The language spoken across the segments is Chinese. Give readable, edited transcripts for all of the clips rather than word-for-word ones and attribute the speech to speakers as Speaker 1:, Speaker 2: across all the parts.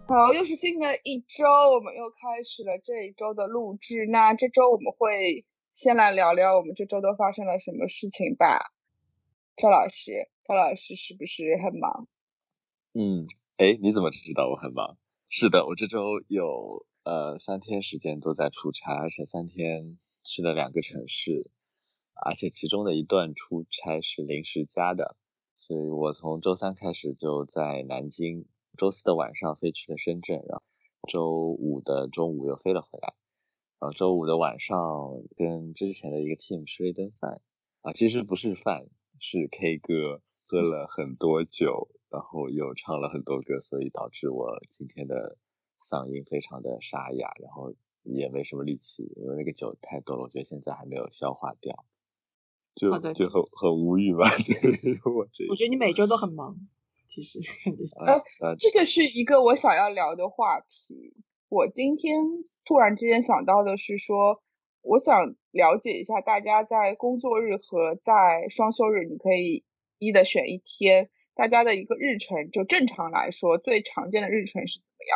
Speaker 1: 好，又是新的一周，我们又开始了这一周的录制。那这周我们会先来聊聊我们这周都发生了什么事情吧。赵老师是不是很忙？
Speaker 2: 嗯，哎，你怎么知道我很忙？是的，我这周有3天时间都在出差，而且3天去了2个城市，而且其中的一段出差是临时加的，所以我从周三开始就在南京，周四的晚上飞去了深圳，然后周五的中午又飞了回来，周五的晚上跟之前的一个 team 吃了一顿饭，其实不是饭，是 K 歌，喝了很多酒，然后又唱了很多歌，所以导致我今天的嗓音非常的沙哑，然后也没什么力气，因为那个酒太多了，我觉得现在还没有消化掉，就
Speaker 3: 好的，
Speaker 2: 就很无语吧。对我这
Speaker 3: 我觉得你每周都很忙，其实感觉。
Speaker 1: 这个是一个我想要聊的话题。我今天突然之间想到的是说，我想了解一下大家在工作日和在双休日，你可以的选一天，大家的一个日程，就正常来说，最常见的日程是怎么样？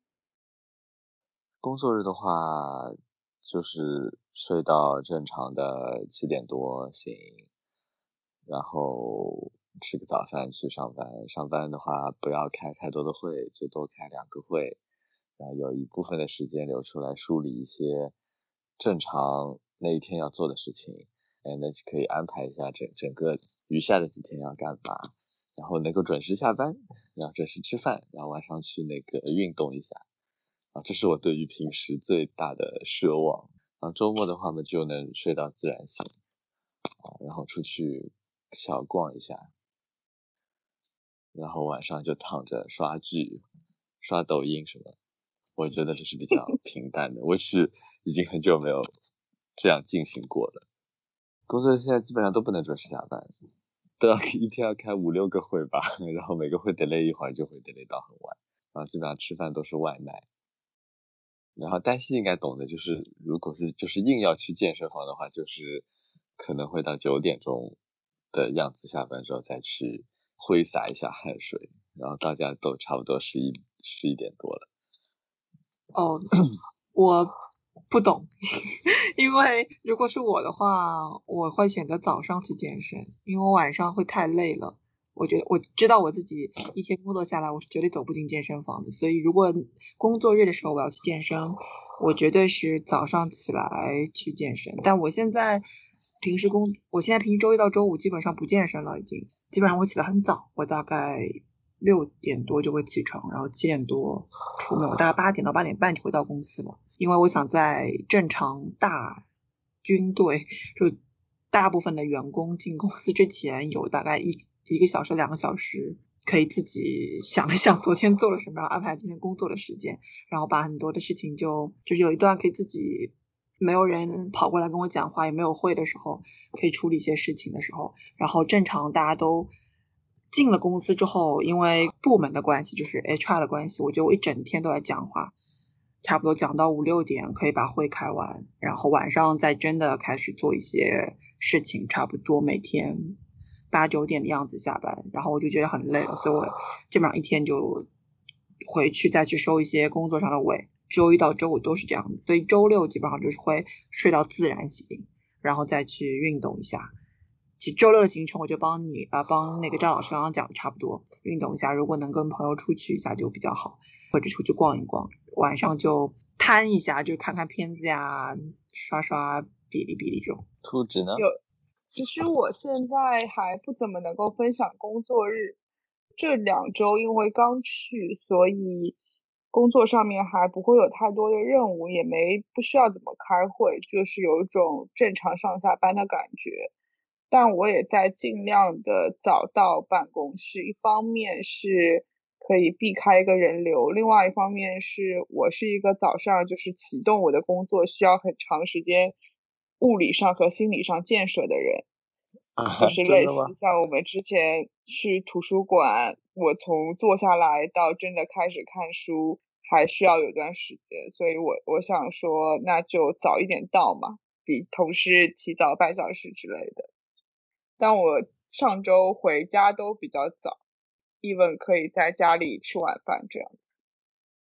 Speaker 2: 工作日的话，就是睡到正常的7点多醒，然后吃个早饭去上班。上班的话，不要开太多的会，最多开2个会，然后有一部分的时间留出来梳理一些正常那一天要做的事情。那就可以安排一下整个余下的几天要干嘛，然后能够准时下班，然后准时吃饭，然后晚上去那个运动一下。这是我对于平时最大的奢望。周末的话呢，就能睡到自然醒，然后出去小逛一下，然后晚上就躺着刷剧、刷抖音什么。我觉得这是比较平淡的，我是已经很久没有这样进行过了。工作现在基本上都不能准时下班，都要一天要开5、6个会吧，然后每个会 delay 一会儿就会 delay 到很晚，然后基本上吃饭都是外卖。然后黛西应该懂的，就是如果是就是硬要去健身房的话，就是可能会到9点钟的样子，下班之后再去挥洒一下汗水，然后大家都差不多11点多了。
Speaker 3: 哦，我不懂，因为如果是我的话，我会选择早上去健身，因为我晚上会太累了。我觉得我知道我自己一天工作下来，我是绝对走不进健身房的。所以如果工作日的时候我要去健身，我绝对是早上起来去健身。但我现在平时周一到周五基本上不健身了，已经基本上我起得很早，我大概6点多就会起床，然后7点多出门，我大概8点到8点半就会到公司了。因为我想在正常大军队，就大部分的员工进公司之前，有大概一个小时、2个小时，可以自己想一想昨天做了什么，然后安排今天工作的时间，然后把很多的事情就是有一段可以自己没有人跑过来跟我讲话，也没有会的时候，可以处理一些事情的时候，然后正常大家都进了公司之后，因为部门的关系，就是 HR 的关系，我觉得我一整天都在讲话，差不多讲到5、6点可以把会开完，然后晚上再真的开始做一些事情，差不多每天8、9点的样子下班，然后我就觉得很累了，所以我基本上一天就回去再去收一些工作上的尾，周一到周五都是这样子，所以周六基本上就是会睡到自然醒，然后再去运动一下。其实周六的行程我就帮那个张老师刚刚讲的差不多，运动一下，如果能跟朋友出去一下就比较好，或者出去逛一逛，晚上就摊一下，就看看片子呀，刷刷哔哩哔哩这种。
Speaker 2: 兔子呢？
Speaker 1: 有，其实我现在还不怎么能够分享工作日，这2周因为刚去，所以工作上面还不会有太多的任务，也不需要怎么开会，就是有一种正常上下班的感觉。但我也在尽量的早到办公室，一方面是可以避开一个人流，另外一方面是我是一个早上就是启动我的工作需要很长时间物理上和心理上建设的人，就是类似
Speaker 2: 真的吗？
Speaker 1: 像我们之前去图书馆，我从坐下来到真的开始看书还需要有段时间，所以我想说那就早一点到嘛，比同事提早半小时之类的。但我上周回家都比较早，even 可以在家里吃晚饭这样。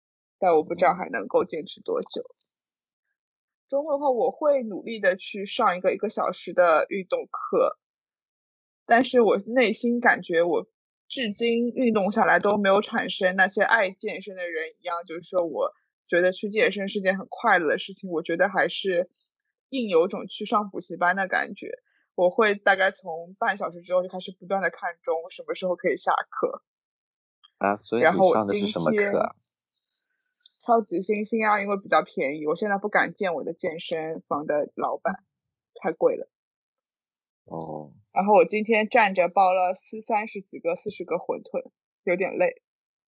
Speaker 1: 但我不知道还能够坚持多久。周末的话，我会努力的去上1个小时的运动课，但是我内心感觉我至今运动下来都没有产生那些爱健身的人一样，就是说我觉得去健身是件很快乐的事情，我觉得还是硬有种去上补习班的感觉。我会大概从半小时之后就开始不断的看钟，什么时候可以下课。
Speaker 2: 啊，所以你
Speaker 1: 然后我
Speaker 2: 上的是什么
Speaker 1: 今天
Speaker 2: 课啊？
Speaker 1: 超级星星啊，因为比较便宜，我现在不敢见我的健身房的老板，太贵了。
Speaker 2: 哦，
Speaker 1: 然后我今天站着包了30几个、40个馄饨，有点累。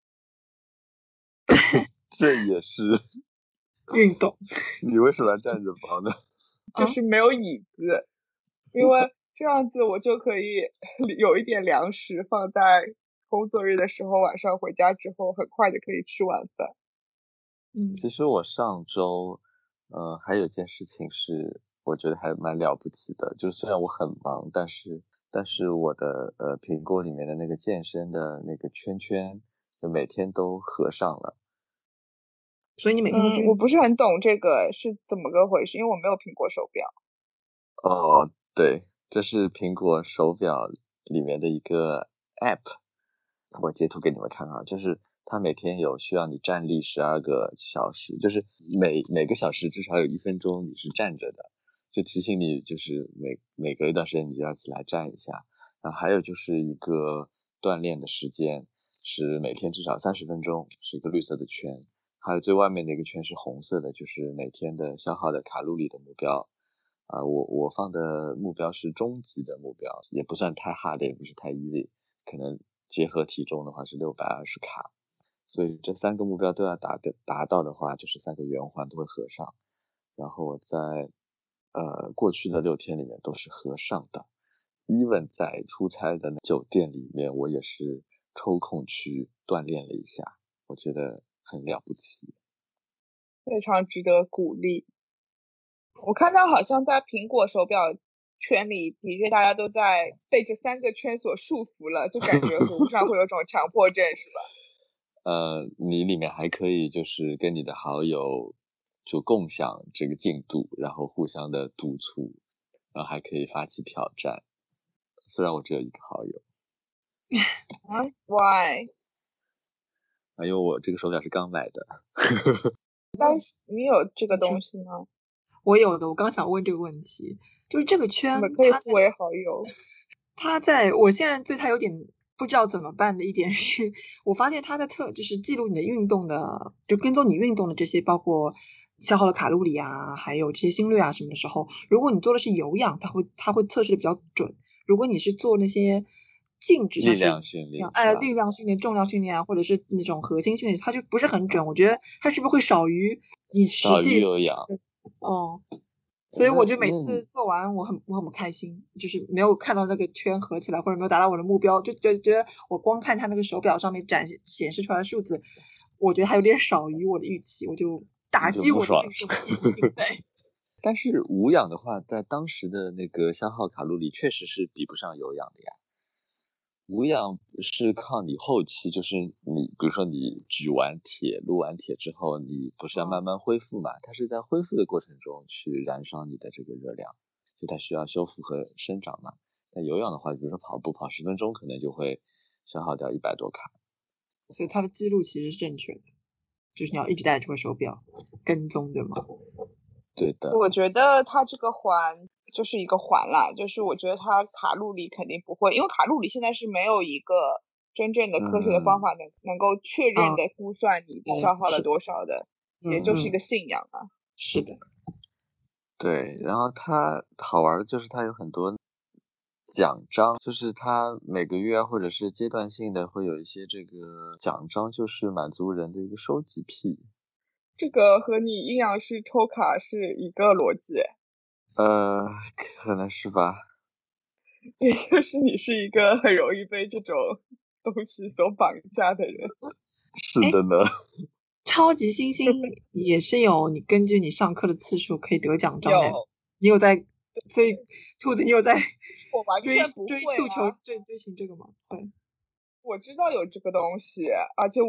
Speaker 2: 这也是
Speaker 3: 运动
Speaker 2: 你为什么要站着包呢？
Speaker 1: 就是没有椅子，因为这样子我就可以有一点粮食放在工作日的时候，晚上回家之后很快的可以吃晚饭。
Speaker 2: 其实我上周，还有一件事情是我觉得还蛮了不起的，就是虽然我很忙，但是我的苹果里面的那个健身的那个圈圈，就每天都合上了。
Speaker 3: 所以你每天都去
Speaker 1: 我不是很懂这个是怎么个回事，因为我没有苹果手表。
Speaker 2: 哦，对，这是苹果手表里面的一个 app，我截图给你们看啊，就是它每天有需要你站立12个小时，就是每个小时至少有1分钟你是站着的，就提醒你就是每隔一段时间你就要起来站一下。然后还有就是一个锻炼的时间，是每天至少30分钟，是一个绿色的圈。还有最外面的一个圈是红色的，就是每天的消耗的卡路里的目标。我放的目标是中级的目标，也不算太 hard，也不是太 easy，可能结合体重的话是620卡，所以这3个目标都要达到的话，就是3个圆环都会合上。然后我在过去的6天里面都是合上的，even 在出差的酒店里面，我也是抽空去锻炼了一下，我觉得很了不起。
Speaker 1: 非常值得鼓励。我看到好像在苹果手表圈里，的确大家都在被这3个圈所束缚了，就感觉糊上会有种强迫症，是吧？
Speaker 2: 你里面还可以就是跟你的好友就共享这个进度，然后互相的督促，然后还可以发起挑战。虽然我只有1个好友，
Speaker 1: 啊 ，Why？
Speaker 2: 因为我这个手表是刚买的。
Speaker 1: 但是你有这个东西吗？
Speaker 3: 我有的，我刚想问这个问题，就是这个
Speaker 1: 你
Speaker 3: 圈
Speaker 1: 们可以互为好友。
Speaker 3: 它在我现在对它有点不知道怎么办的一点是，我发现它的就是记录你的运动的，就跟踪你运动的这些，包括消耗的卡路里啊，还有这些心率啊什么的时候，如果你做的是有氧，它会测试的比较准；如果你是做那些静止，像
Speaker 2: 力
Speaker 3: 是
Speaker 2: 量训练是吧？
Speaker 3: 力量训练、重量训练啊，或者是那种核心训练，它就不是很准。我觉得它是不是会少于你实
Speaker 2: 少于
Speaker 3: 际
Speaker 2: 有氧。
Speaker 3: 哦。所以我就每
Speaker 2: 那
Speaker 3: 次做完，我很不开心，就是没有看到那个圈合起来，或者没有达到我的目标，就觉得我光看它那个手表上面显示出来的数字，我觉得还有点少于我的预期，我就打
Speaker 2: 你就
Speaker 3: 击我的
Speaker 2: 不爽
Speaker 3: 那种积极性。对，
Speaker 2: 但是无氧的话，在当时的那个消耗卡路里确实是比不上有氧的呀。无氧是靠你后期，就是你比如说你举完铁、撸完铁之后，你不是要慢慢恢复嘛？它是在恢复的过程中去燃烧你的这个热量，就它需要修复和生长嘛。那有氧的话，比如说跑步跑10分钟，可能就会消耗掉100多卡。
Speaker 3: 所以它的记录其实是正确的，就是你要一直带着这个手表跟踪，对吗？
Speaker 2: 对的。
Speaker 1: 我觉得它这个环就是一个环啦，就是我觉得它卡路里肯定不会，因为卡路里现在是没有一个真正的科学的方法能够确认的估算你消耗了多少的，也就是一个信仰啊。
Speaker 3: 是的。
Speaker 2: 对，然后它好玩的就是它有很多奖章，就是它每个月或者是阶段性的会有一些这个奖章，就是满足人的一个收集癖。
Speaker 1: 这个和你阴阳师抽卡是一个逻辑，
Speaker 2: 可能是吧。
Speaker 1: 也就是你是一个很容易被这种东西所绑架的人。
Speaker 2: 是的呢。
Speaker 3: 超级星星也是有你根据你上课的次数可以得奖章的，
Speaker 1: 有，
Speaker 3: 你有在，所以兔子你有在
Speaker 1: 我完全不会
Speaker 3: 追诉求
Speaker 1: 啊。
Speaker 3: 追寻这个吗？对，
Speaker 1: 我知道有这个东西，而且我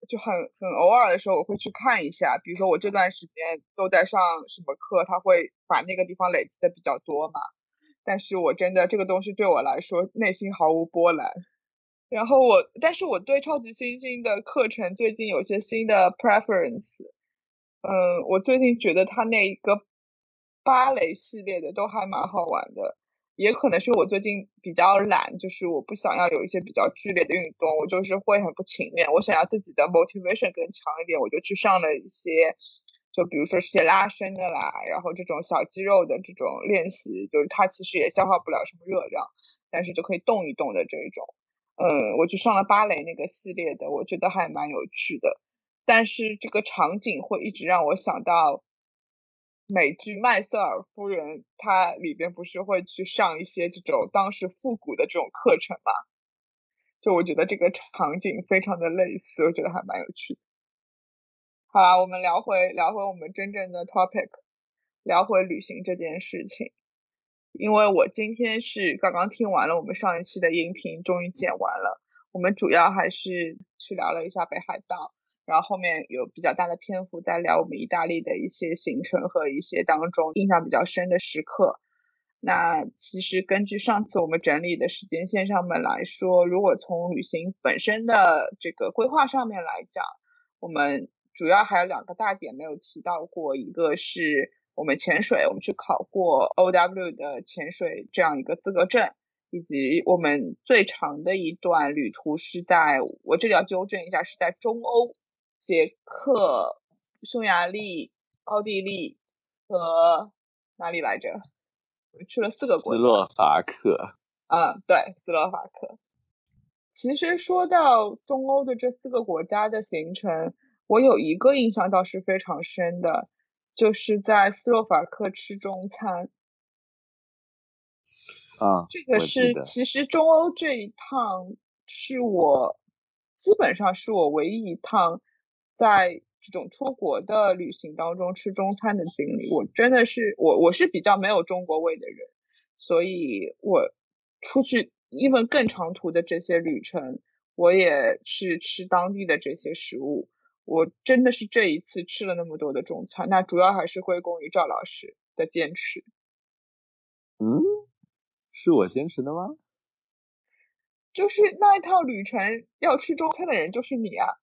Speaker 1: 就很偶尔的时候我会去看一下，比如说我这段时间都在上什么课，他会把那个地方累积的比较多嘛。但是我真的这个东西对我来说内心毫无波澜。然后但是我对超级星星的课程最近有些新的 preference。我最近觉得他那一个芭蕾系列的都还蛮好玩的，也可能是我最近比较懒，就是我不想要有一些比较剧烈的运动，我就是会很不情愿，我想要自己的 motivation 更强一点，我就去上了一些，就比如说是些拉伸的啦，然后这种小肌肉的这种练习，就是它其实也消耗不了什么热量，但是就可以动一动的这一种。我去上了芭蕾那个系列的，我觉得还蛮有趣的。但是这个场景会一直让我想到美剧《麦瑟尔夫人》，它里边不是会去上一些这种当时复古的这种课程嘛？就我觉得这个场景非常的类似，我觉得还蛮有趣的。好啦，我们聊回我们真正的 topic， 聊回旅行这件事情。因为我今天是刚刚听完了我们上一期的音频，终于剪完了。我们主要还是去聊了一下北海道，然后后面有比较大的篇幅在聊我们意大利的一些行程和一些当中印象比较深的时刻。那其实根据上次我们整理的时间线上面来说，如果从旅行本身的这个规划上面来讲，我们主要还有2个大点没有提到过，一个是我们潜水，我们去考过 OW 的潜水这样一个资格证，以及我们最长的一段旅途是我这里要纠正一下，是在中欧，捷克、匈牙利、奥地利和哪里来着？我去了4个国家。
Speaker 2: 斯洛伐克。
Speaker 1: 对，斯洛伐克。其实说到中欧的这4个国家的行程，我有一个印象倒是非常深的，就是在斯洛伐克吃中餐。这个是其实中欧这一趟是基本上是我唯一一趟在这种出国的旅行当中吃中餐的经历。我真的是我是比较没有中国胃的人，所以我出去even更长途的这些旅程，我也是吃当地的这些食物。我真的是这一次吃了那么多的中餐，那主要还是归功于赵老师的坚持。
Speaker 2: 是我坚持的吗？
Speaker 1: 就是那一趟旅程要吃中餐的人就是你啊。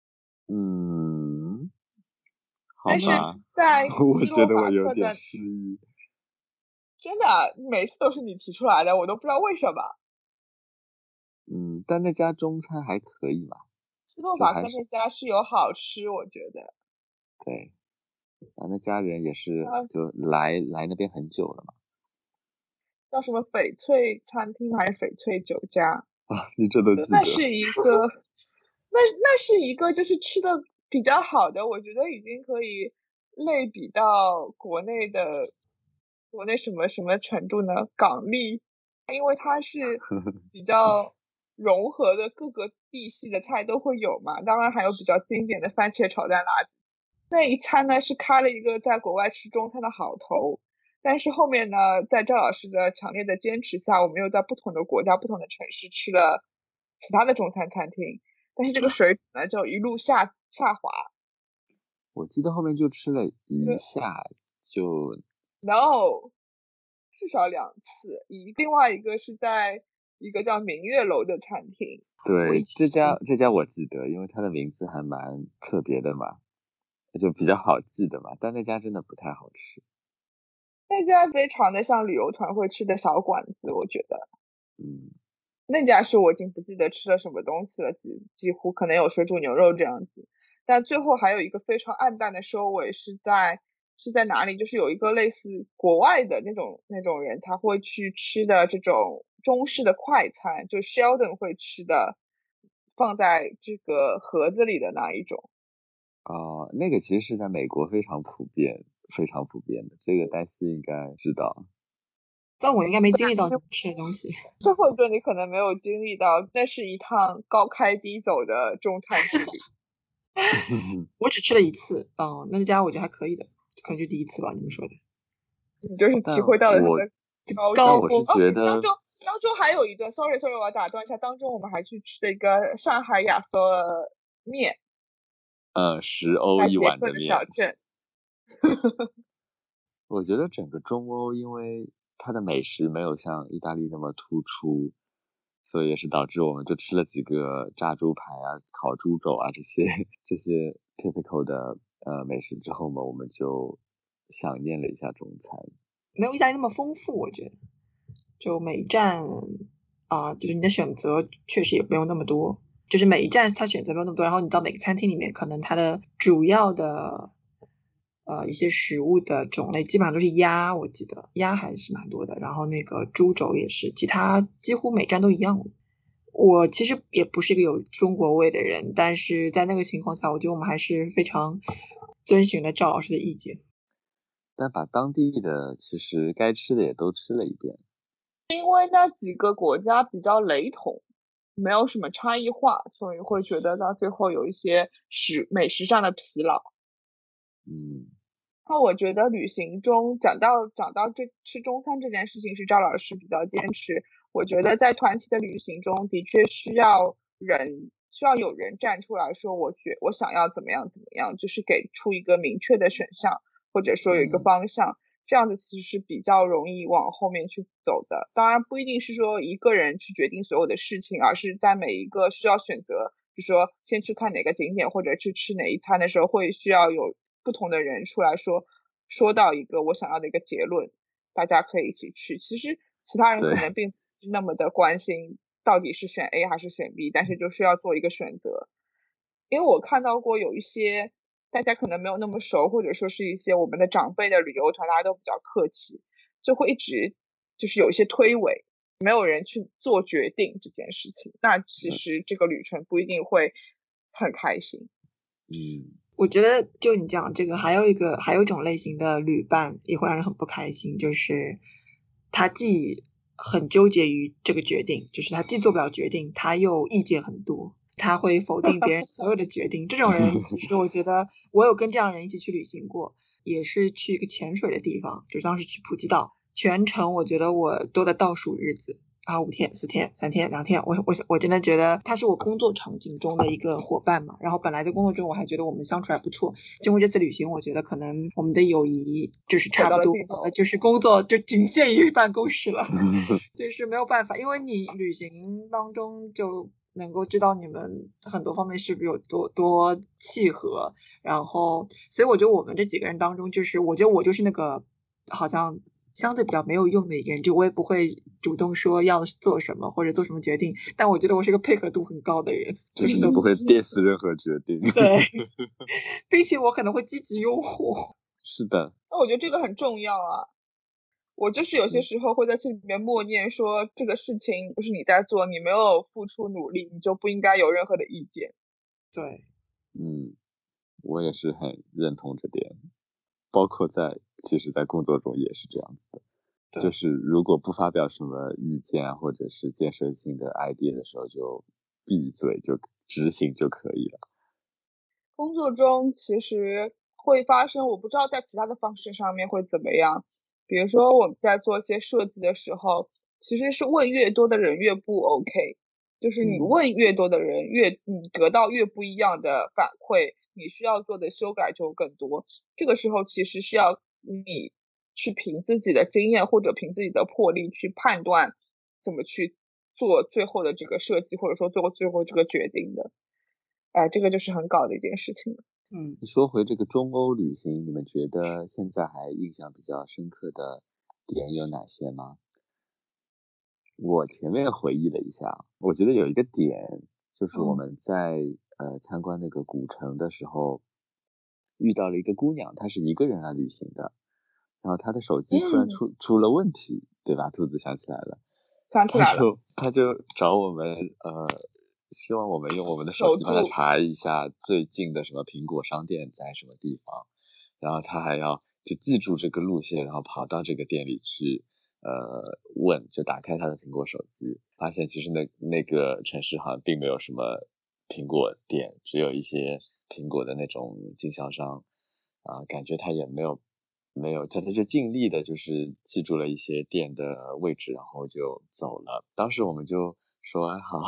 Speaker 2: 好吧。
Speaker 1: 但是在
Speaker 2: 我觉得我有点失忆。
Speaker 1: 真的，每次都是你提出来的，我都不知道为什么。
Speaker 2: 但那家中餐还可以嘛。
Speaker 1: 斯洛伐克那家是有好吃，我觉得。
Speaker 2: 对，那家人也是就来那边很久了嘛。
Speaker 1: 叫什么翡翠餐厅还是翡翠酒家？
Speaker 2: 你这都记得。
Speaker 1: 那是一个就是吃的比较好的，我觉得已经可以类比到国内什么什么程度呢？港丽，因为它是比较融合的，各个地系的菜都会有嘛。当然还有比较经典的番茄炒蛋辣子。那一餐呢是开了一个在国外吃中餐的好头。但是后面呢，在赵老师的强烈的坚持下，我们又在不同的国家、不同的城市吃了其他的中餐餐厅，但是这个水准呢就一路下滑。
Speaker 2: 我记得后面就吃了一下就
Speaker 1: No， 至少2次。另外一个是在一个叫明月楼的餐厅。
Speaker 2: 对，这家我记得，因为它的名字还蛮特别的嘛，就比较好记的嘛，但那家真的不太好吃。
Speaker 1: 那家非常的像旅游团会吃的小馆子，我觉得。那家是我已经不记得吃了什么东西了，几乎可能有水煮牛肉这样子。但最后还有一个非常暗淡的收尾是在哪里？就是有一个类似国外的那种人才会去吃的这种中式的快餐，就 Sheldon 会吃的，放在这个盒子里的那一种。
Speaker 2: 那个其实是在美国非常普遍的，这个黛西应该知道。
Speaker 3: 但我应该没经历到吃的东西。
Speaker 1: 最后一顿你可能没有经历到，那是一趟高开低走的中餐之旅。
Speaker 3: 我只吃了1次，那家我觉得还可以的，可能就第1次吧，你们说的。
Speaker 1: 你就是体会到了它的
Speaker 3: 高
Speaker 2: 峰。我是觉得
Speaker 1: 当中还有一顿 ，sorry，我要打断一下，当中我们还去吃了一个上海亚索面，
Speaker 2: 10欧一
Speaker 1: 在捷克的
Speaker 2: 碗的面。
Speaker 1: 小镇。
Speaker 2: 我觉得整个中欧，因为它的美食没有像意大利那么突出，所以也是导致我们就吃了几个炸猪排啊、烤猪肘啊这些 typical 的美食之后嘛，我们就想念了一下中餐。
Speaker 3: 没有意大利那么丰富，我觉得。就每一站就是你的选择确实也没有那么多，就是每一站它选择没有那么多，然后你到每个餐厅里面，可能它的主要的一些食物的种类基本上都是鸭，我记得鸭还是蛮多的，然后那个猪肘也是，其他几乎每站都一样。我其实也不是一个有中国胃的人，但是在那个情况下，我觉得我们还是非常遵循了赵老师的意见。
Speaker 2: 但把当地的其实该吃的也都吃了一遍。
Speaker 1: 因为那几个国家比较雷同，没有什么差异化，所以会觉得到最后有一些美食上的疲劳。那我觉得旅行中讲到这吃中餐这件事情是赵老师比较坚持。我觉得在团体的旅行中，的确需要有人站出来说，我想要怎么样怎么样，就是给出一个明确的选项，或者说有一个方向。这样子其实是比较容易往后面去走的。当然不一定是说一个人去决定所有的事情，而是在每一个需要选择，比如说先去看哪个景点或者去吃哪一餐的时候，会需要有不同的人出来说到一个我想要的一个结论，大家可以一起去。其实其他人可能并不是那么的关心到底是选 A 还是选 B， 但是就是要做一个选择。因为我看到过有一些大家可能没有那么熟，或者说是一些我们的长辈的旅游团，大家都比较客气，就会一直就是有一些推诿，没有人去做决定这件事情。那其实这个旅程不一定会很开心。
Speaker 3: 我觉得就你讲这个，还有一种类型的旅伴也会让人很不开心，就是他既很纠结于这个决定，就是他既做不了决定，他又意见很多，他会否定别人所有的决定。这种人，其实我觉得我有跟这样的人一起去旅行过，也是去一个潜水的地方，就当时去普吉岛，全程我觉得我都在倒数日子。5天、4天、3天、2天，我真的觉得他是我工作场景中的一个伙伴嘛。然后本来在工作中我还觉得我们相处还不错，经过这次旅行，我觉得可能我们的友谊就是差不多，就是工作就仅限于办公室了，就是没有办法，因为你旅行当中就能够知道你们很多方面是不是有多契合，然后所以我觉得我们这几个人当中，就是我觉得我就是那个好像相对比较没有用的一个人，就我也不会主动说要做什么或者做什么决定，但我觉得我是个配合度很高的人，
Speaker 2: 就是你不会 diss 任何决定。
Speaker 3: 对，并且我可能会积极拥护。
Speaker 2: 是的，
Speaker 1: 那我觉得这个很重要啊。我就是有些时候会在心里面默念说，这个事情不是你在做，你没有付出努力，你就不应该有任何的意见。
Speaker 3: 对，
Speaker 2: 我也是很认同这点，包括其实在工作中也是这样子的。就是如果不发表什么意见啊，或者是建设性的 idea 的时候，就闭嘴，就执行就可以了。
Speaker 1: 工作中其实会发生，我不知道在其他的方式上面会怎么样。比如说我们在做一些设计的时候，其实是问越多的人越不 OK，就是你问越多的人你得到越不一样的反馈，你需要做的修改就更多。这个时候其实是要你去凭自己的经验或者凭自己的魄力去判断怎么去做最后的这个设计，或者说做最后这个决定的。这个就是很搞的一件事情了。
Speaker 2: 说回这个中欧旅行，你们觉得现在还印象比较深刻的点有哪些吗？我前面回忆了一下，我觉得有一个点，就是我们在参观那个古城的时候，遇到了一个姑娘，她是一个人来旅行的，然后她的手机突然出了问题，对吧？兔子想起来了，她就找我们希望我们用我们的手机帮她查一下最近的什么苹果商店在什么地方，然后她还要就记住这个路线，然后跑到这个店里去就打开她的苹果手机，发现其实那个城市好像并没有什么苹果店，只有一些苹果的那种经销商感觉他也没有他就尽力的就是记住了一些店的位置，然后就走了。当时我们就说好，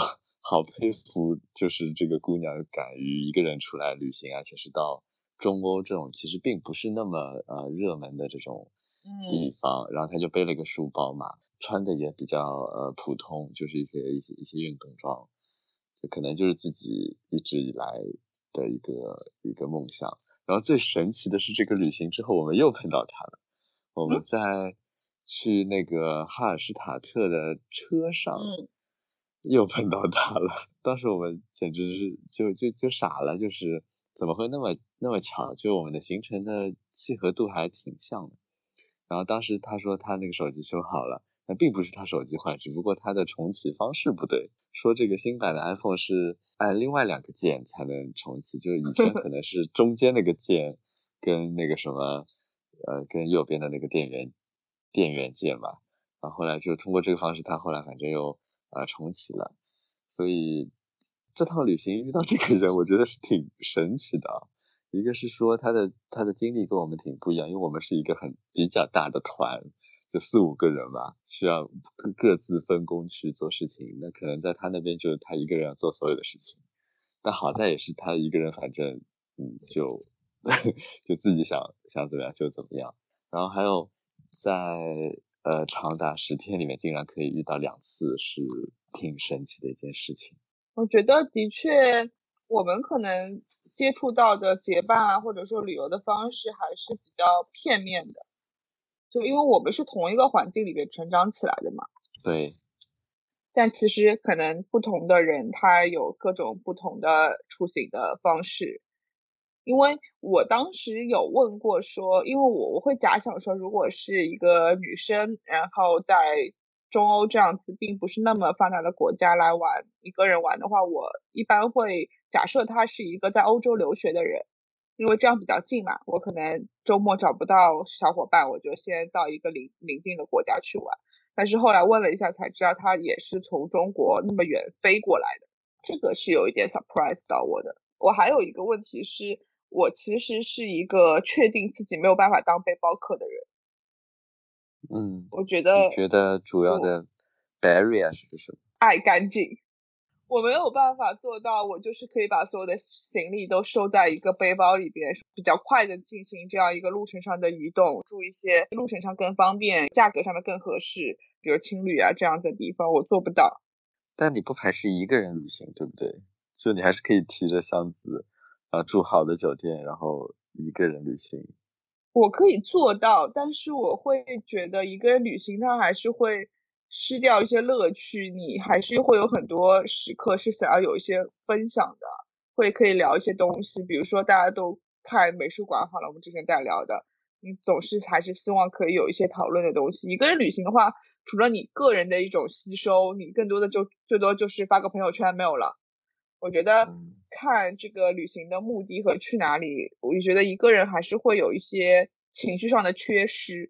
Speaker 2: 好佩服，就是这个姑娘敢于一个人出来旅行，而且是到中欧这种其实并不是那么热门的这种地方，然后她就背了一个书包嘛，穿的也比较普通，就是一些运动装，就可能就是自己一直以来的一个梦想。然后最神奇的是，这个旅行之后我们又碰到她了，我们在去那个哈尔施塔特的车上。又碰到他了，当时我们简直是就傻了，就是怎么会那么巧？就我们的行程的契合度还挺像的。然后当时他说他那个手机修好了，那并不是他手机坏，只不过他的重启方式不对。说这个新版的 iPhone 是按另外2个键才能重启，就以前可能是中间那个键跟那个什么跟右边的那个电源键嘛。然后后来就通过这个方式，他后来反正又重启了。所以这趟旅行遇到这个人，我觉得是挺神奇的啊。一个是说他的经历跟我们挺不一样，因为我们是一个比较大的团，就4-5个人吧，需要各自分工去做事情。那可能在他那边就是他一个人要做所有的事情，但好在也是他一个人，反正就就自己想怎么样就怎么样。然后还有在长达10天里面竟然可以遇到2次，是挺神奇的一件事情。
Speaker 1: 我觉得的确，我们可能接触到的结伴啊，或者说旅游的方式还是比较片面的，就因为我们是同一个环境里面成长起来的嘛。
Speaker 2: 对，
Speaker 1: 但其实可能不同的人他有各种不同的出行的方式。因为我当时有问过说，因为我会假想说，如果是一个女生，然后在中欧这样子并不是那么发达的国家来玩，一个人玩的话，我一般会假设她是一个在欧洲留学的人，因为这样比较近嘛，我可能周末找不到小伙伴，我就先到一个邻近的国家去玩。但是后来问了一下才知道，她也是从中国那么远飞过来的，这个是有一点 surprise 到我的。我还有一个问题是，我其实是一个确定自己没有办法当背包客的人。我觉
Speaker 2: 你
Speaker 1: 得
Speaker 2: 觉得主要的 barrier 是什么？
Speaker 1: 爱干净，我没有办法做到，我就是可以把所有的行李都收在一个背包里边，比较快的进行这样一个路程上的移动，住一些路程上更方便、价格上面更合适，比如青旅啊这样子的地方，我做不到。
Speaker 2: 但你不排斥一个人旅行，对不对？就你还是可以提着箱子，住好的酒店，然后一个人旅行。
Speaker 1: 我可以做到，但是我会觉得一个人旅行，它还是会失掉一些乐趣。你还是会有很多时刻是想要有一些分享的，可以聊一些东西。比如说大家都看美术馆好了，我们之前在聊的，你总是还是希望可以有一些讨论的东西。一个人旅行的话，除了你个人的一种吸收，你更多的就最多就是发个朋友圈没有了。我觉得看这个旅行的目的和去哪里，我就觉得一个人还是会有一些情绪上的缺失。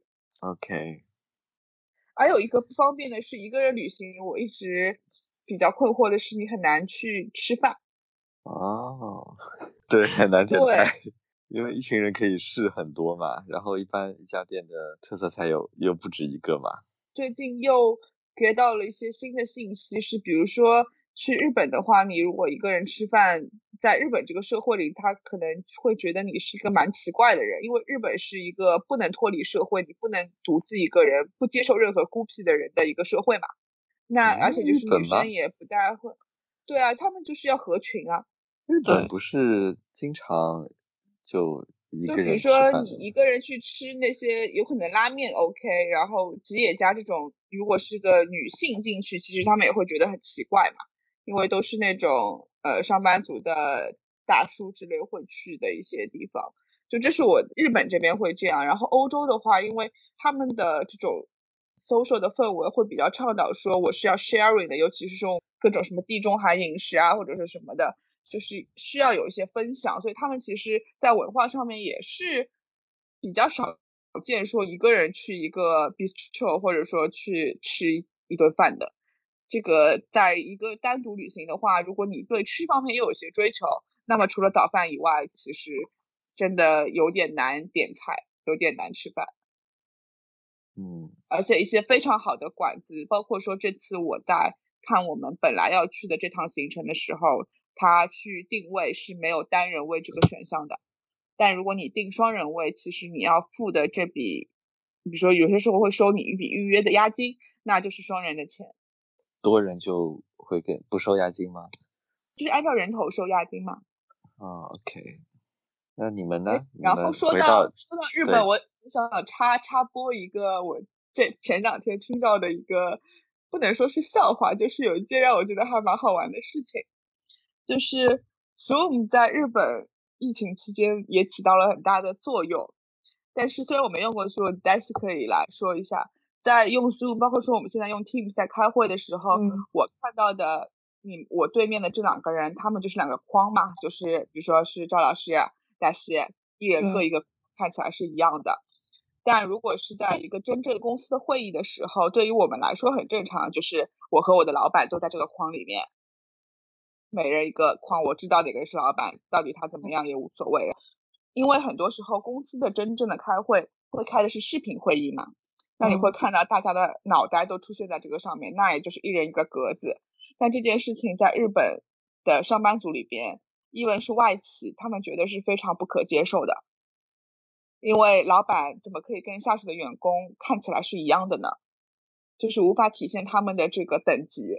Speaker 2: OK，
Speaker 1: 还有一个不方便的是，一个人旅行，我一直比较困惑的是，你很难去吃饭。
Speaker 2: 哦，对，很难点
Speaker 1: 对，
Speaker 2: 菜，因为一群人可以试很多嘛，然后一般一家店的特色菜又不止一个嘛。
Speaker 1: 最近又 get 到了一些新的信息，是比如说去日本的话，你如果一个人吃饭，在日本这个社会里，他可能会觉得你是一个蛮奇怪的人，因为日本是一个不能脱离社会，你不能独自一个人，不接受任何孤僻的人的一个社会嘛。那而且就
Speaker 2: 日
Speaker 1: 是女
Speaker 2: 本吗？
Speaker 1: 生也不大会，对啊，他们就是要合群啊。
Speaker 2: 日本
Speaker 3: 对，
Speaker 2: 不是经常就一
Speaker 1: 就
Speaker 2: 个人吃
Speaker 1: 比如说
Speaker 2: 饭的吗？
Speaker 1: 你一个人去吃那些有可能拉面 OK，然后吉野家这种，如果是个女性进去，其实他们也会觉得很奇怪嘛，因为都是那种上班族的大叔之类会去的一些地方。就这是我日本这边会这样，然后欧洲的话，因为他们的这种 social 的氛围会比较倡导说我是要 sharing 的，尤其是这种各种什么地中海饮食啊或者是什么的，就是需要有一些分享，所以他们其实在文化上面也是比较少见说一个人去一个 bistro 或者说去吃一顿饭的。这个在一个单独旅行的话，如果你对吃方面又有些追求，那么除了早饭以外，其实真的有点难点菜，有点难吃饭。
Speaker 2: 嗯
Speaker 1: 而且一些非常好的馆子，包括说这次我在看我们本来要去的这趟行程的时候，它去定位是没有单人位这个选项的。但如果你订双人位，其实你要付的这笔，比如说有些时候会收你一笔预约的押金，那就是双人的钱。
Speaker 2: 多人就会不收押金吗？
Speaker 1: 就是按照人头收押金嘛。
Speaker 2: OK。那你们呢？
Speaker 1: 然后说到日本，我想插播一个我前2天听到的一个，不能说是笑话，就是有一件让我觉得还蛮好玩的事情，就是 Zoom 在日本疫情期间也起到了很大的作用。但是虽然我没用过 Zoom， 可以来说一下，在用 Zoom， 包括说我们现在用 Teams 在开会的时候，我看到的我对面的这2个人，他们就是2个框嘛，就是比如说是赵老师、大西，一人各一个，看起来是一样的。但如果是在一个真正公司的会议的时候，对于我们来说很正常，就是我和我的老板都在这个框里面，每人一个框，我知道哪个人是老板，到底他怎么样也无所谓。因为很多时候公司的真正的开会会开的是视频会议嘛，那你会看到大家的脑袋都出现在这个上面，那也就是一人一个格子。但这件事情在日本的上班族里边，even是外企，他们觉得是非常不可接受的。因为老板怎么可以跟下属的员工看起来是一样的呢？就是无法体现他们的这个等级。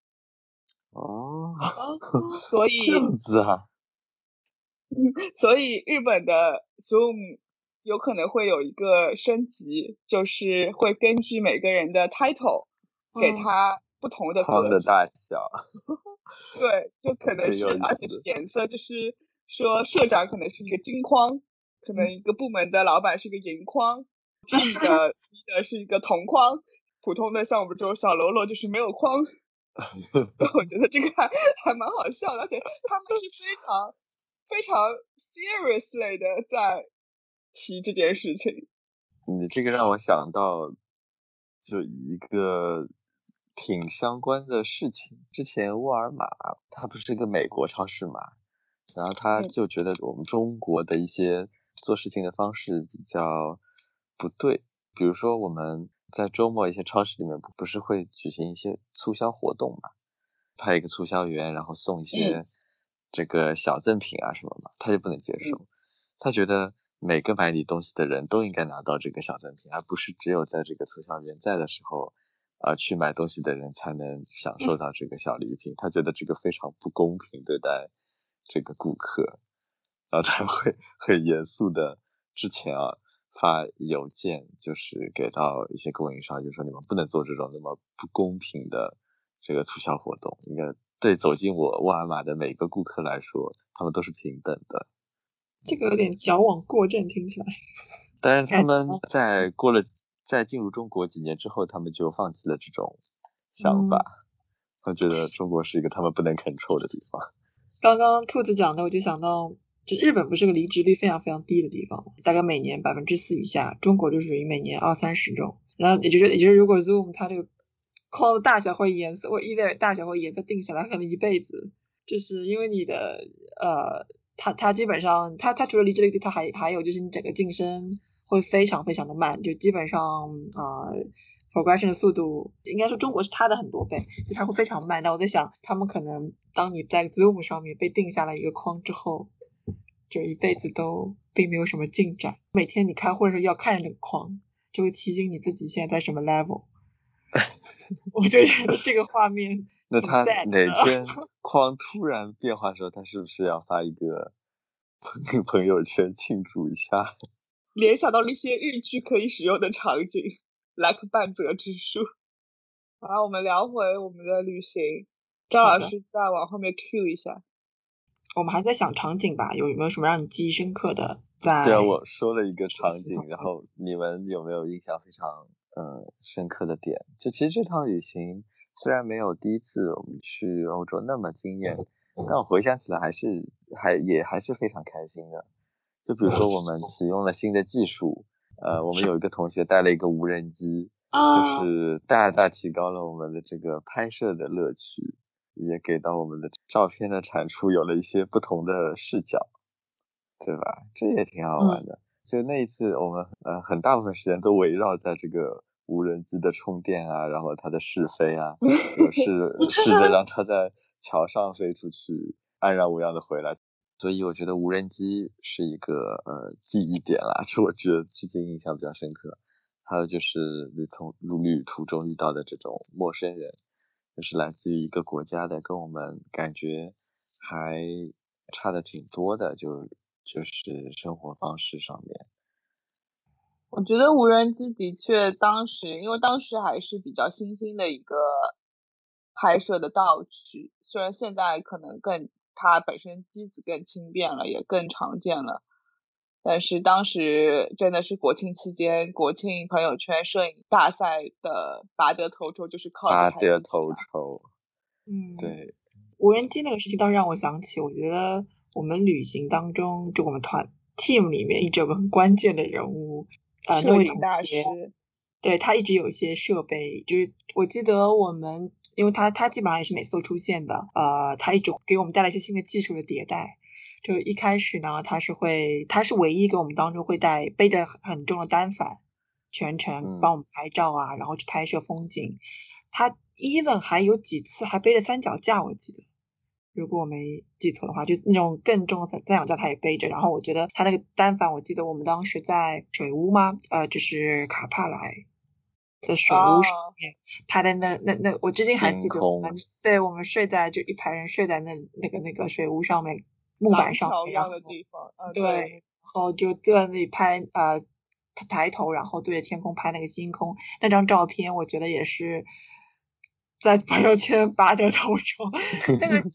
Speaker 1: 所以
Speaker 2: 这样子啊。
Speaker 1: 所以日本的 Zoom 有可能会有一个升级，就是会根据每个人的 title 给他不同的
Speaker 2: 框的大小。
Speaker 1: 对，就可能是，而且是颜色，就是说社长可能是一个金框，可能一个部门的老板是一个银框，team 的是一个铜框，普通的像我们这种小喽啰就是没有框。我觉得这个还蛮好笑的，而且他们是非常 seriously 的在提这件事情。
Speaker 2: 你这个让我想到就一个挺相关的事情。之前沃尔玛它不是一个美国超市嘛，然后他就觉得我们中国的一些做事情的方式比较不对。比如说我们在周末一些超市里面不是会举行一些促销活动嘛，派一个促销员然后送一些这个小赠品啊什么嘛，他就不能接受。他觉得每个买你东西的人都应该拿到这个小赠品，而不是只有在这个促销员在的时候去买东西的人才能享受到这个小礼品。他觉得这个非常不公平对待这个顾客，然后他会很严肃的之前发邮件，就是给到一些供应商，就是说你们不能做这种那么不公平的这个促销活动，应该对走进沃尔玛的每个顾客来说，他们都是平等的。
Speaker 3: 这个有点矫枉过正，听起来。
Speaker 2: 但是他们在进入中国几年之后，他们就放弃了这种想法。他觉得中国是一个他们不能 control 的地方。
Speaker 3: 刚刚兔子讲的，我就想到，就日本不是个离职率非常非常低的地方，大概每年4%以下，中国就属于每年20-30%这种。然后也就是如果 Zoom 它这个框的大小或颜色或either大小或颜色定下来，可能一辈子，就是因为你的它基本上它除了离职率低，它还有就是你整个晋升会非常非常的慢，就基本上progression 的速度应该说中国是它的很多倍，就它会非常慢。那我在想，他们可能当你在 Zoom 上面被定下来一个框之后，就一辈子都并没有什么进展。每天你开会的时候要看着那个框，就会提醒你自己现在在什么 level。我就觉得这个画面
Speaker 2: 那他哪天框突然变化的时候，他是不是要发一个朋友圈庆祝一下？
Speaker 1: 联想到了一些日剧可以使用的场景，like 半泽直树。好，我们聊回我们的旅行。赵老师再往后面 Q 一下。
Speaker 3: 我们还在想场景吧，有没有什么让你记忆深刻的？
Speaker 2: 对啊，我说了一个场景，然后你们有没有印象非常深刻的点？就其实这趟旅行虽然没有第一次我们去欧洲那么惊艳，但我回想起来还是非常开心的。就比如说我们启用了新的技术，我们有一个同学带了一个无人机，就是大大提高了我们的这个拍摄的乐趣，也给到我们的照片的产出有了一些不同的视角，对吧？这也挺好玩的。就那一次我们很大部分时间都围绕在这个无人机的充电啊，然后它的试飞啊，我试着让它在桥上飞出去，安然无恙的回来。所以我觉得无人机是一个记忆点啦，就我觉得至今印象比较深刻。还有就是旅途中遇到的这种陌生人，就是来自于一个国家的，跟我们感觉还差的挺多的，就是生活方式上面。
Speaker 1: 我觉得无人机的确当时，因为当时还是比较新兴的一个拍摄的道具，虽然现在可能它本身机子更轻便了，也更常见了，但是当时真的是国庆期间，国庆朋友圈摄影大赛的拔得头筹就是靠这
Speaker 2: 拔得
Speaker 1: 台机器
Speaker 2: 头筹。对，
Speaker 3: 无人机那个事情倒是让我想起，我觉得我们旅行当中，就我们team 里面一直有个很关键的人物，那
Speaker 1: 摄
Speaker 3: 位
Speaker 1: 影大
Speaker 3: 同学，
Speaker 1: 师。
Speaker 3: 对，他一直有一些设备，就是我记得我们，因为他基本上也是每次都出现的，他一直给我们带来一些新的技术的迭代。就一开始呢，他是唯一给我们当中会背着很重的单反，全程帮我们拍照啊，然后去拍摄风景。他 even 还有几次还背着三脚架，我记得。如果我没记错的话，就那种更重的三脚架他也背着。然后我觉得他那个单反，我记得我们当时在水屋吗？就是卡帕莱的水屋上面拍的那，我至今还记得我们睡在就一排人睡在那个水屋上面木板上面，然后
Speaker 1: 的地方，
Speaker 3: 对，然后就坐在那里拍抬头，然后对着天空拍那个星空，那张照片我觉得也是在朋友圈拔得头筹，那个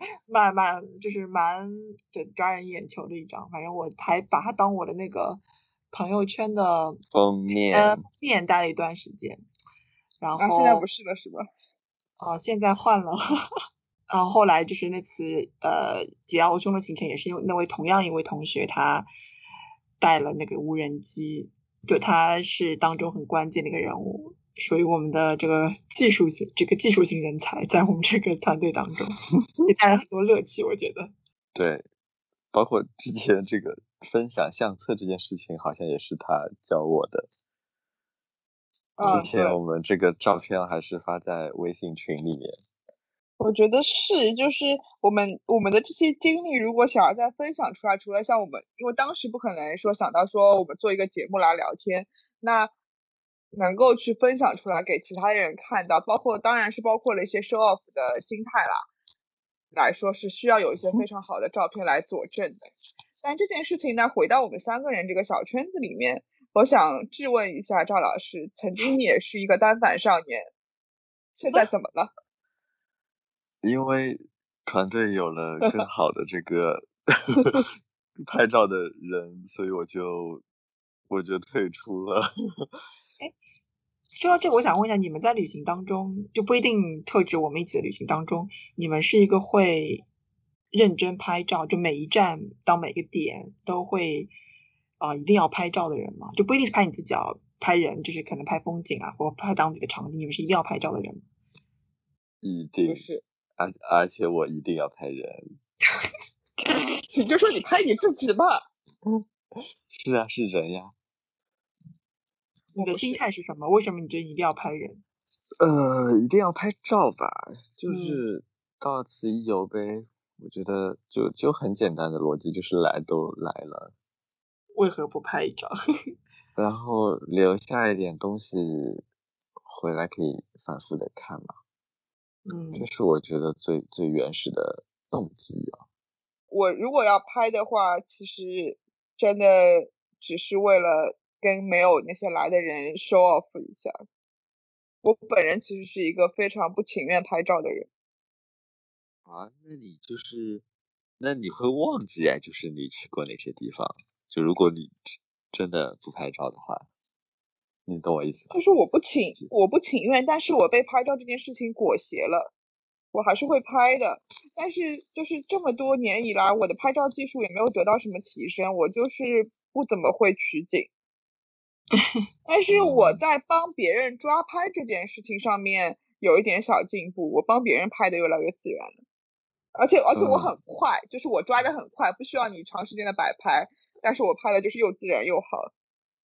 Speaker 3: 蛮抓人眼球的一张，反正我还把它当我的那个朋友圈的
Speaker 2: 封面
Speaker 3: 待了一段时间，然后
Speaker 1: 现在不是了是吧？
Speaker 3: 现在换了。然后后来就是那次吉奥中的行程，也是因为同样一位同学他带了那个无人机，就他是当中很关键的一个人物，属于我们的这个技术型人才，在我们这个团队当中也带来很多乐趣，我觉得。
Speaker 2: 对，包括之前这个分享相册这件事情，好像也是他教我的。之前我们这个照片还是发在微信群里面。
Speaker 1: 我觉得是，就是我们的这些经历，如果想要再分享出来，除了像我们，因为当时不可能说想到说我们做一个节目来聊天，那能够去分享出来给其他人看到，当然是包括了一些 show off 的心态来说，是需要有一些非常好的照片来佐证的。但这件事情呢，回到我们3个人这个小圈子里面，我想质问一下赵老师，曾经你也是一个单反少年，现在怎么了？
Speaker 2: 因为团队有了更好的这个拍照的人，所以我就退出了。
Speaker 3: 说到这个，我想问一下，你们在旅行当中，就不一定特指我们一起的旅行当中，你们是一个会认真拍照，就每一站到每个点都会一定要拍照的人吗？就不一定是拍你自己，拍人，就是可能拍风景啊，或拍当地的场景，你们是一定要拍照的人吗？
Speaker 2: 一定
Speaker 1: 是，
Speaker 2: 而且我一定要拍人。
Speaker 1: 你就说你拍你自己吧。
Speaker 2: 是啊，是人呀。
Speaker 3: 你的心态是什么？为什么你觉得你一定要拍人？
Speaker 2: 一定要拍照吧，就是到此一游呗。我觉得就很简单的逻辑，就是来都来了，
Speaker 3: 为何不拍一张？
Speaker 2: 然后留下一点东西回来可以反复的看嘛。这是我觉得最原始的动机啊。
Speaker 1: 我如果要拍的话，其实真的只是为了跟没有那些来的人 show off 一下。我本人其实是一个非常不情愿拍照的人。
Speaker 2: 啊，那你会忘记就是你去过哪些地方？就如果你真的不拍照的话，你懂我意思吗？
Speaker 1: 就是我不情愿，但是我被拍照这件事情裹挟了，我还是会拍的。但是就是这么多年以来，我的拍照技术也没有得到什么提升，我就是不怎么会取景。但是我在帮别人抓拍这件事情上面有一点小进步，我帮别人拍的越来越自然了，而且我很快，就是我抓的很快，不需要你长时间的摆拍，但是我拍的就是又自然又好。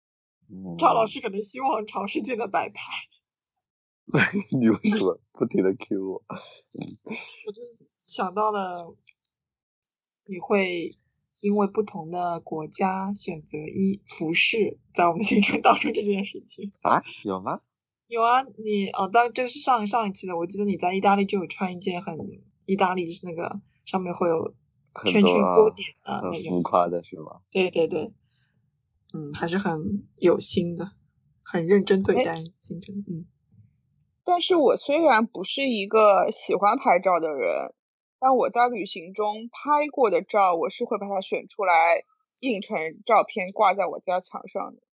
Speaker 3: 赵老师可能希望长时间的摆拍。
Speaker 2: 你为什么不停的 Q 我？
Speaker 3: 我就想到了你会因为不同的国家选择服饰在我们行程当中这件事情。
Speaker 2: 啊？有吗？
Speaker 3: 有啊，当然这个是上一期的，我记得你在意大利就有穿一件很意大利，就是那个上面会有圈圈波点的
Speaker 2: 很
Speaker 3: 那种，
Speaker 2: 浮夸的是吗？
Speaker 3: 对对对，还是很有心的，很认真对待行程，
Speaker 1: 但是我虽然不是一个喜欢拍照的人，但我在旅行中拍过的照，我是会把它选出来，印成照片挂在我家墙上的。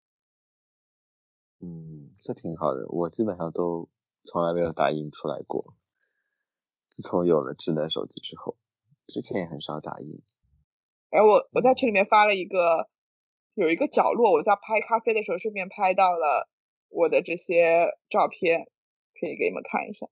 Speaker 2: 这挺好的。我基本上都从来没有打印出来过。自从有了智能手机之后，之前也很少打印。
Speaker 1: 哎，我在群里面发了有一个角落，我在拍咖啡的时候顺便拍到了我的这些照片，可以给你们看一下。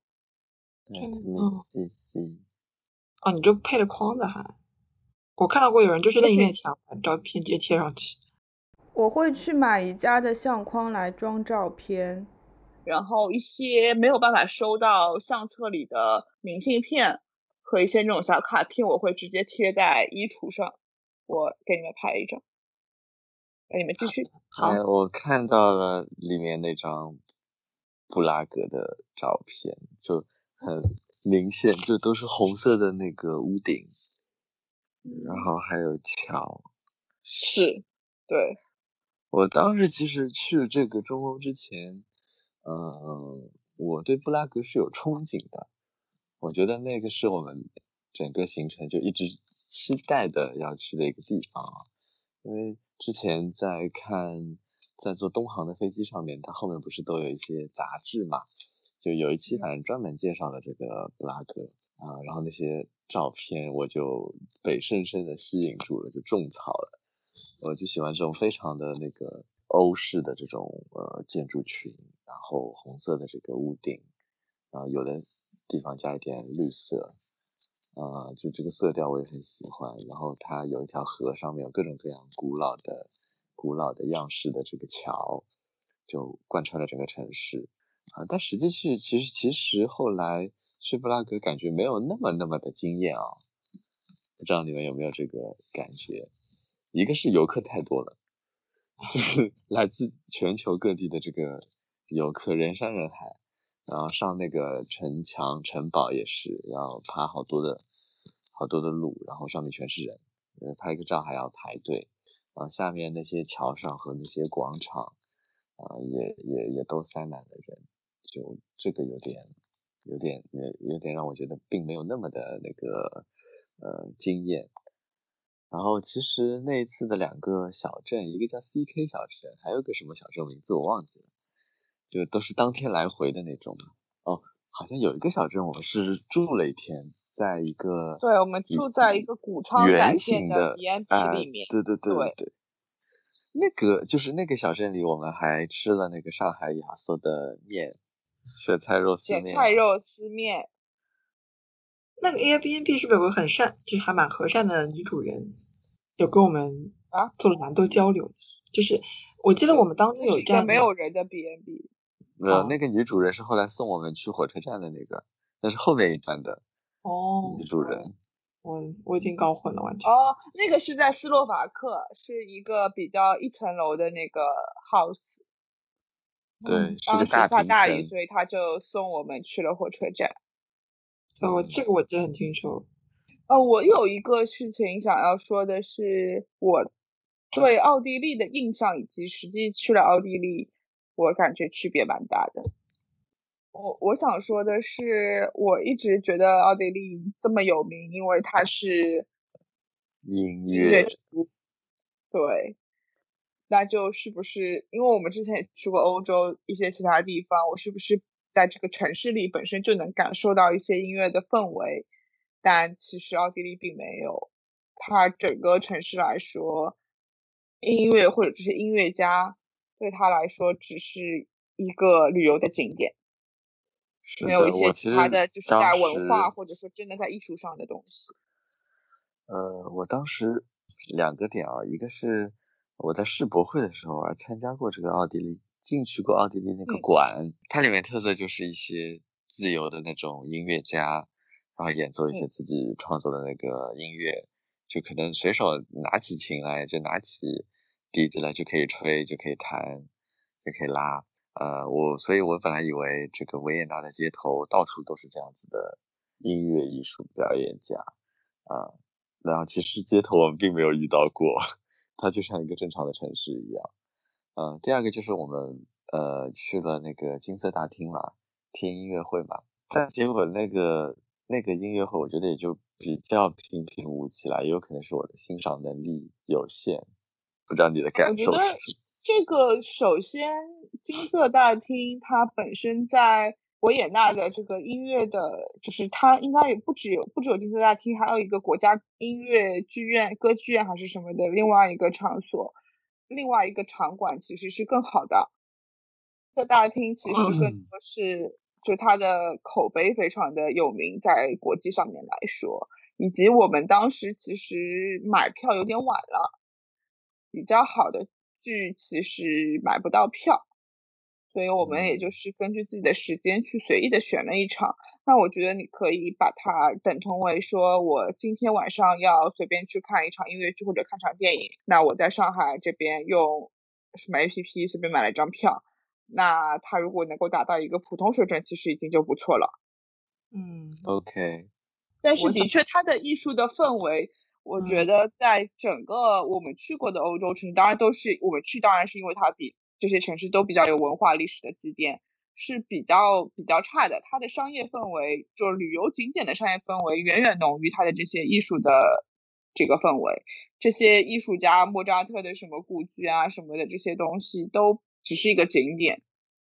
Speaker 3: 你就配了框的还？我看到过有人就是那一面墙把照片直接贴上去。
Speaker 1: 我会去买宜家的相框来装照片，然后一些没有办法收到相册里的明信片和一些那种小卡片，我会直接贴在衣橱上。我给你们拍一张，你们继续。
Speaker 3: 好，
Speaker 2: 我看到了里面那张布拉格的照片，就很明显，就都是红色的那个屋顶，然后还有桥。
Speaker 1: 是，对。
Speaker 2: 我当时其实去这个中欧之前，我对布拉格是有憧憬的。我觉得那个是我们整个行程就一直期待的要去的一个地方啊。因为之前在坐东航的飞机上面，它后面不是都有一些杂志嘛，就有一期反正专门介绍了这个布拉格啊，然后那些照片我就被深深的吸引住了，就种草了。我就喜欢这种非常的那个欧式的这种建筑群，然后红色的这个屋顶，有的地方加一点绿色，就这个色调我也很喜欢。然后它有一条河，上面有各种各样古老的样式的这个桥，就贯穿了整个城市啊。但实际去其实后来去布拉格感觉没有那么的惊艳啊，不知道你们有没有这个感觉？一个是游客太多了，就是来自全球各地的这个游客人山人海，然后上那个城堡也是要爬好多的路，然后上面全是人，拍个照还要排队，然后下面那些桥上和那些广场也都塞满了人，就这个有点让我觉得并没有那么的那个惊艳。然后其实那一次的2个小镇，一个叫 CK 小镇，还有个什么小镇名字我忘记了，就都是当天来回的那种。哦，好像有一个小镇我们是住了1天，在一个
Speaker 1: 对，我们住在一个谷仓改
Speaker 2: 圆
Speaker 1: 建的
Speaker 2: 形的
Speaker 1: B&B 里面。
Speaker 2: 对，那个就是那个小镇里，我们还吃了那个上海亚瑟的面，雪菜肉丝面。
Speaker 3: 那个 Airbnb 是不是有个就是还蛮和善的女主人，有跟我们做了蛮多交流？就是我记得我们当中有
Speaker 1: 一个没有人的 B&B。
Speaker 2: 那个女主人是后来送我们去火车站的那个，那是后面一站的女主人。
Speaker 3: 我已经搞混了，完全。
Speaker 1: 那个是在斯洛伐克，是一个比较1层楼的那个 house。
Speaker 2: 对，
Speaker 1: 当时下大雨，所以他就送我们去了火车站。
Speaker 3: 这个我记得很清楚。
Speaker 1: 我有一个事情想要说的是，我对奥地利的印象以及实际去了奥地利，我感觉区别蛮大的。我想说的是，我一直觉得奥地利这么有名，因为它是
Speaker 2: 音乐
Speaker 1: 之都。对，那就是不是因为我们之前也去过欧洲一些其他地方，我是不是在这个城市里本身就能感受到一些音乐的氛围？但其实奥地利并没有，它整个城市来说，音乐或者这些音乐家对他来说只是一个旅游的景点。没有一些其他的就是在文化或者说真的在艺术上的东西。
Speaker 2: 我当时2个点啊，一个是我在世博会的时候参加过这个奥地利，进去过奥地利那个
Speaker 1: 嗯
Speaker 2: 馆，它里面特色就是一些自由的那种音乐家，然后演奏一些
Speaker 1: 嗯
Speaker 2: 自己创作的那个音乐，就可能随手拿起琴来，就拿起笛子来就可以吹，就可以弹，就可以拉。所以我本来以为这个维也纳的街头到处都是这样子的音乐艺术表演家啊，然后其实街头我们并没有遇到过，它就像一个正常的城市一样。第二个就是我们去了那个金色大厅嘛，听音乐会嘛，但结果那个音乐会，我觉得也就比较平平无奇啦，也有可能是我的欣赏能力有限，不知道你的感
Speaker 1: 我觉得
Speaker 2: 受是什么？
Speaker 1: 这个首先，金色大厅它本身在维也纳的这个音乐的，就是它应该也不只有金色大厅，还有一个国家音乐剧院、歌剧院还是什么的另外一个场所，另外一个场馆其实是更好的。金色大厅其实更多是就它的口碑非常的有名，在国际上面来说，以及我们当时其实买票有点晚了。比较好的剧其实买不到票，所以我们也就
Speaker 2: 嗯
Speaker 1: 是根据自己的时间去随意的选了一场。那我觉得你可以把它等同为说，我今天晚上要随便去看一场音乐剧或者看场电影，那我在上海这边用什么 APP 随便买了一张票，那它如果能够达到一个普通水准，其实已经就不错了。
Speaker 3: 嗯，
Speaker 2: ，OK，
Speaker 1: 但是
Speaker 3: 我想，
Speaker 1: 的确，它的艺术的氛围，我觉
Speaker 3: 嗯
Speaker 1: 得在整个我们去过的欧洲城市，当然都是我们去，当然是因为它比这些城市都比较有文化历史的积淀，是比较差的。它的商业氛围，就是旅游景点的商业氛围，远远浓于它的这些艺术的这个氛围。这些艺术家莫扎特的什么故居啊什么的这些东西，都只是一个景点。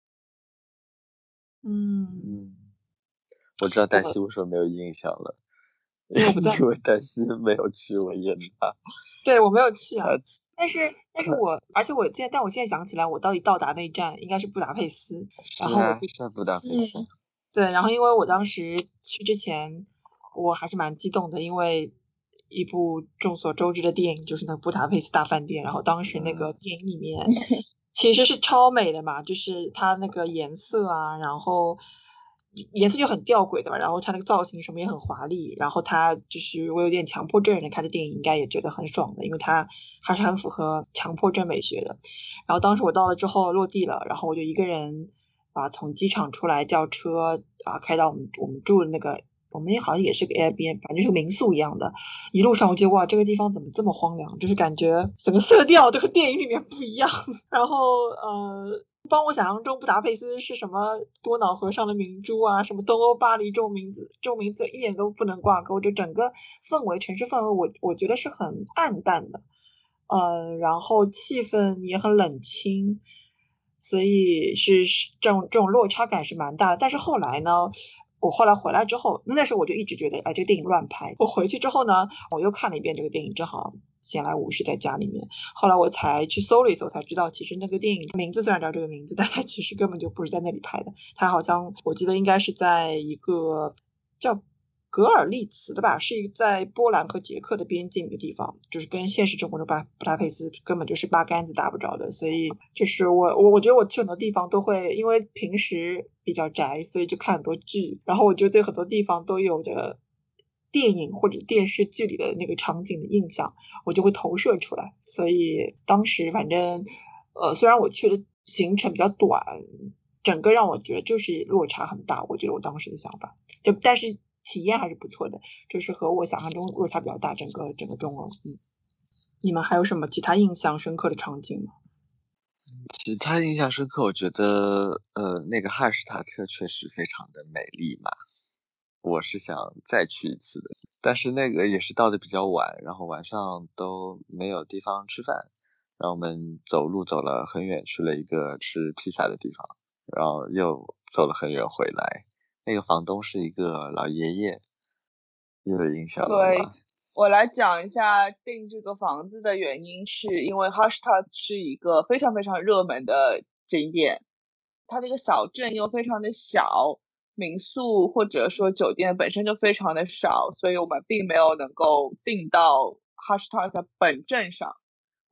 Speaker 3: 嗯，
Speaker 2: 嗯，我知道黛
Speaker 3: 我
Speaker 2: 西为什么没有印象了，
Speaker 3: 因为我不在，
Speaker 2: 因为黛西没有去维也纳，
Speaker 3: 对我没有去啊。
Speaker 2: 他
Speaker 3: 但是而且我现在想起来，我到底到达那一站应该是布达佩斯，然后我就
Speaker 2: 是布达佩斯，
Speaker 3: 对，然后因为我当时去之前，我还是蛮激动的，因为一部众所周知的电影就是那个《布达佩斯大饭店》，然后当时那个
Speaker 2: 嗯
Speaker 3: 电影里面其实是超美的嘛，就是它那个颜色啊，然后颜色就很吊诡的嘛，然后它那个造型什么也很华丽，然后它就是我有点强迫症人看的电影应该也觉得很爽的，因为它还是很符合强迫症美学的。然后当时我到了之后落地了，然后我就一个人从机场出来叫车开到我们住的那个，我们好像也是个 Airbnb，反正就是个民宿一样的。一路上我觉得哇，这个地方怎么这么荒凉，就是感觉整个色调都和电影里面不一样。然后帮我想象中布达佩斯是什么多瑙河上的明珠啊，什么东欧巴黎这种名字一点都不能挂钩，就整个城市氛围我觉得是很暗淡的。然后气氛也很冷清，所以是这种落差感是蛮大的。但是后来呢，我后来回来之后，那时候我就一直觉得，哎，这个电影乱拍。我回去之后呢，我又看了一遍这个电影，正好闲来无事在家里面。后来我才去搜了一搜，才知道其实那个电影名字虽然叫这个名字，但它其实根本就不是在那里拍的。它好像我记得应该是在一个叫格尔利茨的吧，是一个在波兰和捷克的边境的地方，就是跟现实生活中布达佩斯根本就是八竿子打不着的。所以就是我觉得我去很多地方都会，因为平时比较宅，所以就看很多剧，然后我就对很多地方都有着电影或者电视剧里的那个场景的印象，我就会投射出来。所以当时反正虽然我去的行程比较短，整个让我觉得就是落差很大。我觉得我当时的想法。但是体验还是不错的，就是和我想象中落差比较大，整个中欧。你们还有什么其他印象深刻的场景吗？
Speaker 2: 其他印象深刻，我觉得那个汉施塔特确实非常的美丽嘛，我是想再去一次的，但是那个也是到的比较晚，然后晚上都没有地方吃饭，然后我们走路走了很远，去了一个吃披萨的地方，然后又走了很远回来。那个房东是一个老爷爷，你有印象了
Speaker 1: 对，
Speaker 2: 吗？
Speaker 1: 我来讲一下订这个房子的原因，是因为 Hallstatt 是一个非常非常热门的景点，它这个小镇又非常的小，民宿或者说酒店本身就非常的少，所以我们并没有能够订到 Hallstatt 本镇上。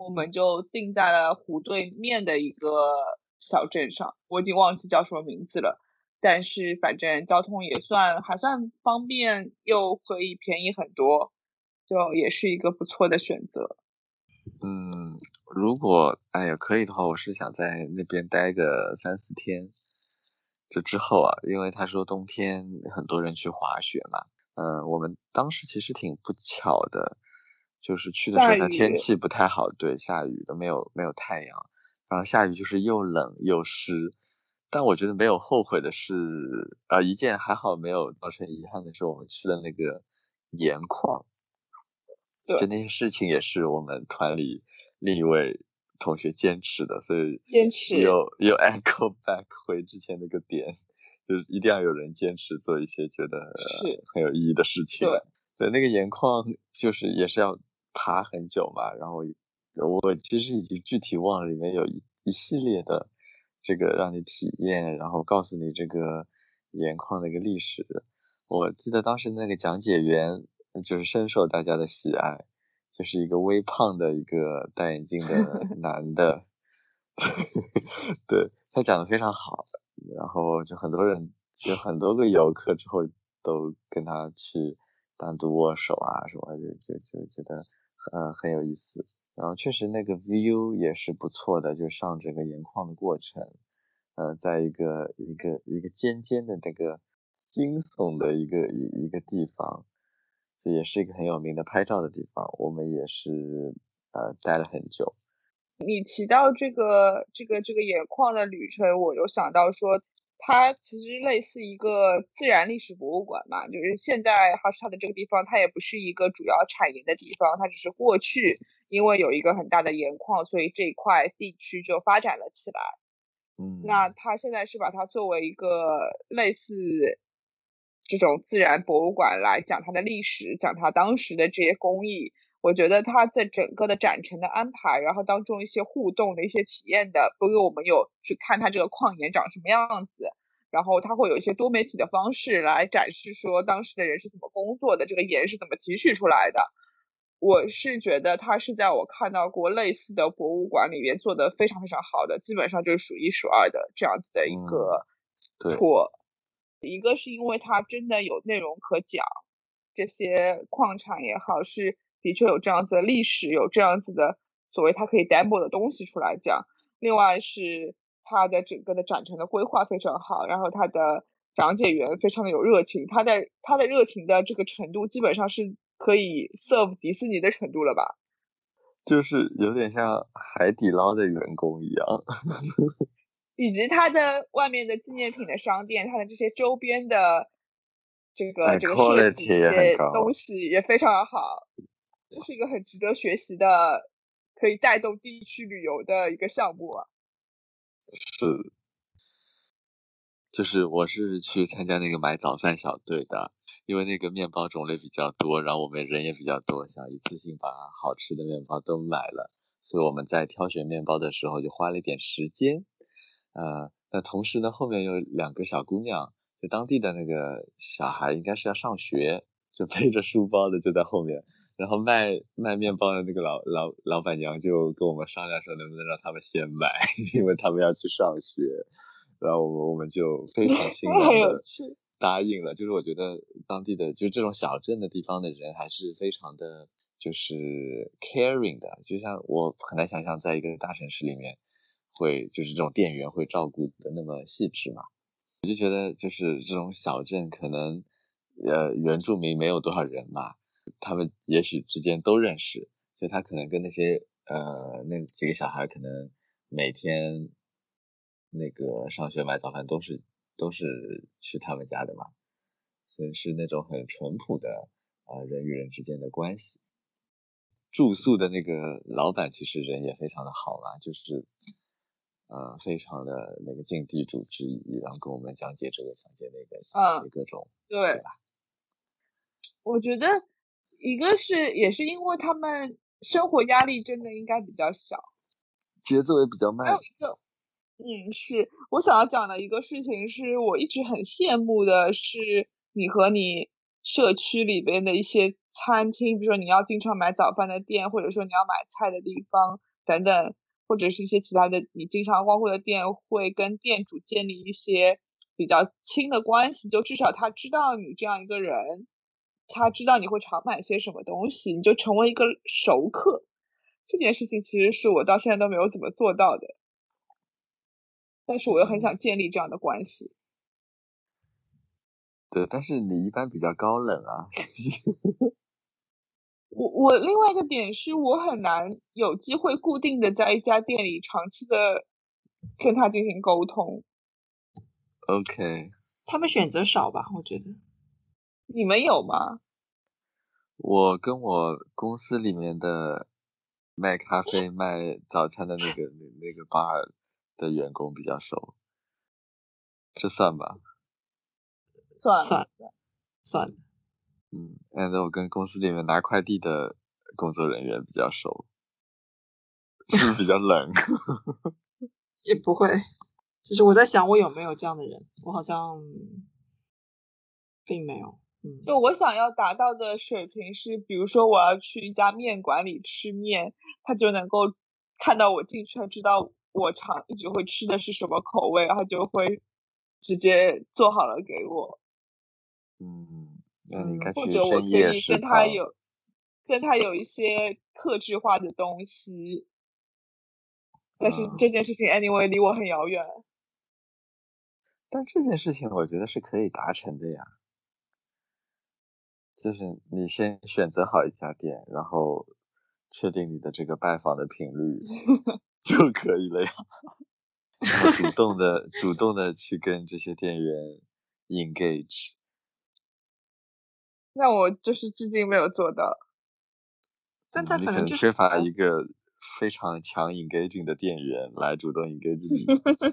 Speaker 1: 我们就定在了湖对面的一个小镇上，我已经忘记叫什么名字了。但是反正交通也还算方便，又可以便宜很多，就也是一个不错的选择。
Speaker 2: 如果可以的话，我是想在那边待个3-4天。就之后啊，因为他说冬天很多人去滑雪嘛，我们当时其实挺不巧的，就是去的时候它天气不太好，对，下雨的，没有太阳，然后下雨就是又冷又湿。但我觉得没有后悔的是，一件还好没有造成遗憾的是，我们去的那个盐矿。
Speaker 1: 对，
Speaker 2: 就那些事情也是我们团里另一位同学坚持的，所以又 echo back 回之前那个点，就是一定要有人坚持做一些觉得很有意义的事情。对，那个盐矿就是也是要爬很久嘛，然后我其实已经具体忘了，里面有一系列的这个让你体验，然后告诉你这个盐矿的一个历史。我记得当时那个讲解员就是深受大家的喜爱，就是一个微胖的一个戴眼镜的男的，对，他讲的非常好，然后就很多人，其实很多个游客之后都跟他去单独握手啊什么，就觉得很有意思。然后确实那个 view 也是不错的，就上这个盐矿的过程，在一个尖尖的那个惊悚的一个地方，这也是一个很有名的拍照的地方。我们也是待了很久。
Speaker 1: 你提到这个盐矿的旅程，我有想到说，它其实类似一个自然历史博物馆嘛，就是现在哈士塔的这个地方，它也不是一个主要产盐的地方，它只是过去因为有一个很大的盐矿，所以这一块地区就发展了起来。那它现在是把它作为一个类似这种自然博物馆来讲它的历史，讲它当时的这些工艺。我觉得它在整个的展陈的安排，然后当中一些互动的一些体验的，因为我们有去看它这个矿岩长什么样子，然后它会有一些多媒体的方式来展示说当时的人是怎么工作的，这个盐是怎么提取出来的。我是觉得它是在我看到过类似的博物馆里面做的非常非常好的，基本上就是数一数二的这样子的一个托。一个是因为它真的有内容可讲，这些矿产也好，是的确有这样子的历史，有这样子的所谓它可以 demo 的东西出来讲。另外是它的整个的展陈的规划非常好，然后它的讲解员非常的有热情，他的热情的这个程度基本上是可以 serve 迪士尼的程度了吧，
Speaker 2: 就是有点像海底捞的员工一样。
Speaker 1: 以及它的外面的纪念品的商店，它的这些周边的这个设计这些东西也非常好，这是一个很值得学习的，可以带动地区旅游的一个项目啊。
Speaker 2: 是，就是我是去参加那个买早饭小队的，因为那个面包种类比较多，然后我们人也比较多，想一次性把好吃的面包都买了，所以我们在挑选面包的时候就花了一点时间。那同时呢，后面有2个小姑娘，就当地的那个小孩应该是要上学，就背着书包的就在后面，然后卖面包的那个老板娘就跟我们商量说，能不能让他们先买，因为他们要去上学，然后我们就非常欣然的答应了。就是我觉得当地的就是这种小镇的地方的人还是非常的就是 caring 的，就像我很难想象在一个大城市里面会就是这种店员会照顾的那么细致嘛。我就觉得就是这种小镇可能原住民没有多少人嘛，他们也许之间都认识，所以他可能跟那些那几个小孩可能每天那个上学买早饭都是去他们家的嘛，所以是那种很淳朴的人与人之间的关系。住宿的那个老板其实人也非常的好嘛，就是非常的那个尽地主之谊，然后跟我们讲解这个讲解那个讲解各种，对吧？
Speaker 1: 我觉得一个是也是因为他们生活压力真的应该比较小，
Speaker 2: 节奏也比较慢。
Speaker 1: 还有一个是我想要讲的一个事情，是我一直很羡慕的是你和你社区里边的一些餐厅，比如说你要经常买早饭的店，或者说你要买菜的地方， 等等，或者是一些其他的你经常光顾的店，会跟店主建立一些比较亲的关系，就至少他知道你这样一个人，他知道你会常买些什么东西，你就成为一个熟客。这件事情其实是我到现在都没有怎么做到的，但是我又很想建立这样的关系。
Speaker 2: 对，但是你一般比较高冷啊。
Speaker 1: 我另外一个点是我很难有机会固定的在一家店里长期的跟他进行沟通。
Speaker 2: OK，
Speaker 3: 他们选择少吧，我觉得。
Speaker 1: 你们有吗？
Speaker 2: 我跟我公司里面的卖咖啡、卖早餐的那个 bar 的员工比较熟，这算吧？
Speaker 1: 算
Speaker 3: 了。
Speaker 2: 我跟公司里面拿快递的工作人员比较熟，是不是比较冷？
Speaker 3: 也不会，就是我在想我有没有这样的人，我好像并没有。
Speaker 1: 就我想要达到的水平是，比如说我要去一家面馆里吃面，他就能够看到我进去，他知道我一直会吃的是什么口味，然后就会直接做好了给我。
Speaker 2: 那你应该去
Speaker 1: 或者我可以
Speaker 2: 深夜食堂。
Speaker 1: 跟他有一些客制化的东西，但是这件事情 anyway 离我很遥远。
Speaker 2: 但这件事情我觉得是可以达成的呀，就是你先选择好一家店，然后确定你的这个拜访的频率就可以了呀。然后主动的去跟这些店员 engage。
Speaker 1: 那我就是至今没有做到。
Speaker 3: 但他
Speaker 2: 你可能
Speaker 3: 可能就是
Speaker 2: 缺乏一个非常强 engaging 的店员来主动 engage 你。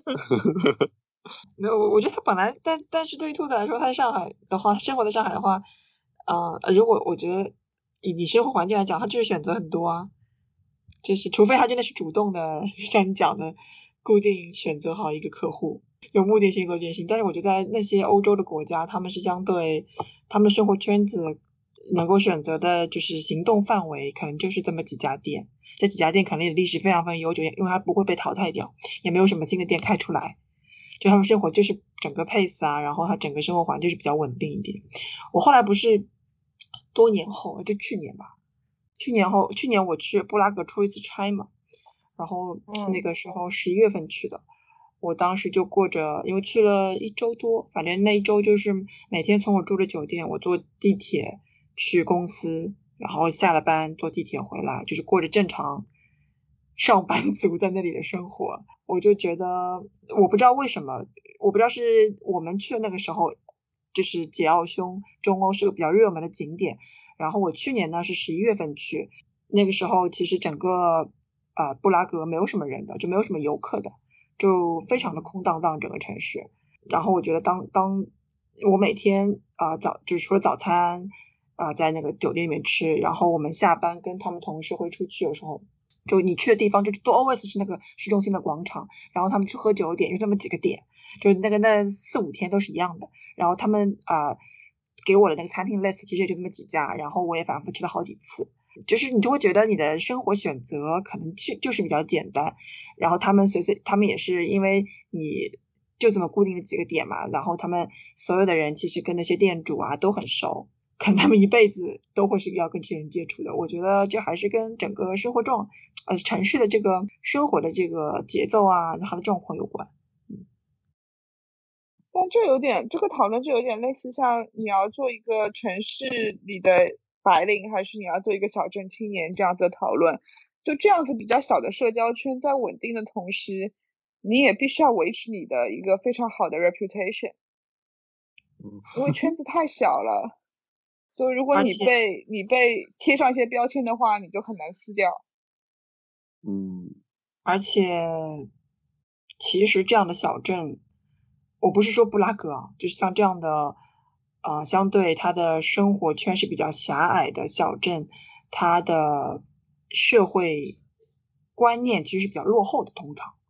Speaker 3: 没有，我觉得他本来，但是对于兔子来说，他在上海的话，生活在上海的话，如果我觉得以你生活环境来讲，他就是选择很多啊，就是除非他真的是主动的，像你讲的，固定选择好一个客户，有目的性做这件事情。但是我觉得在那些欧洲的国家，他们是相对他们的生活圈子能够选择的，就是行动范围可能就是这么几家店，这几家店可能也历史非常非常悠久，因为它不会被淘汰掉，也没有什么新的店开出来。就他们生活就是整个 pace 啊，然后他整个生活环境就是比较稳定一点。我后来不是多年后，就去年吧，去年我去布拉格出一次差嘛，然后那个时候11月份去的，我当时就过着，因为去了1周多，反正那一周就是每天从我住的酒店，我坐地铁去公司，然后下了班坐地铁回来，就是过着正常上班族在那里的生活。我就觉得，我不知道为什么，我不知道是我们去的那个时候，就是桀骜兄中欧是个比较热门的景点。然后我去年呢是11月份去，那个时候其实整个布拉格没有什么人的，就没有什么游客的，就非常的空荡荡整个城市。然后我觉得当我每天就是除了早餐在那个酒店里面吃，然后我们下班跟他们同事会出去，有时候就你去的地方就都 always 是那个市中心的广场，然后他们去喝酒点就这么几个点，就那4-5天都是一样的。然后他们给我的那个餐厅 list 其实也就那么几家，然后我也反复吃了好几次。就是你就会觉得你的生活选择可能就是比较简单，然后他们也是因为你就这么固定的几个点嘛，然后他们所有的人其实跟那些店主都很熟，可能他们一辈子都会是要跟这些人接触的。我觉得这还是跟整个城市的这个生活的这个节奏它的状况有关。
Speaker 1: 但这个讨论就有点类似，像你要做一个城市里的白领，还是你要做一个小镇青年这样子的讨论。就这样子比较小的社交圈，在稳定的同时，你也必须要维持你的一个非常好的 reputation。因为圈子太小了，就如果你被贴上一些标签的话，你就很难撕掉。
Speaker 3: 而且其实这样的小镇，我不是说布拉格就是像这样的相对它的生活圈是比较狭隘的小镇，它的社会观念其实是比较落后的，通常。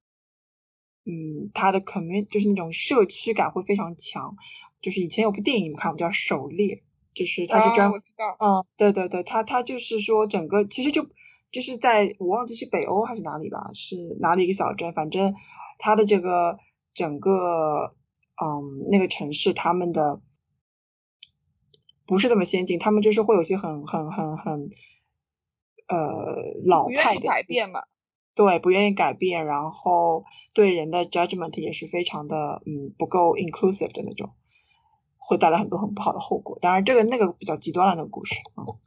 Speaker 3: 它的就是那种社区感会非常强。就是以前有部电影你们看过叫《狩猎》，就是它是
Speaker 1: 我知道。
Speaker 3: 对对对，它就是说整个其实就就是我忘记是北欧还是哪里吧，是哪里一个小镇，反正它的这个整个那个城市他们的不是那么先进，他们就是会有些很老
Speaker 1: 不愿意
Speaker 3: 派的
Speaker 1: 改变嘛。
Speaker 3: 对，不愿意改变，然后对人的 judgment 也是非常的不够 inclusive 的那种，会带来很多很不好的后果。当然，那个比较极端了，那个故事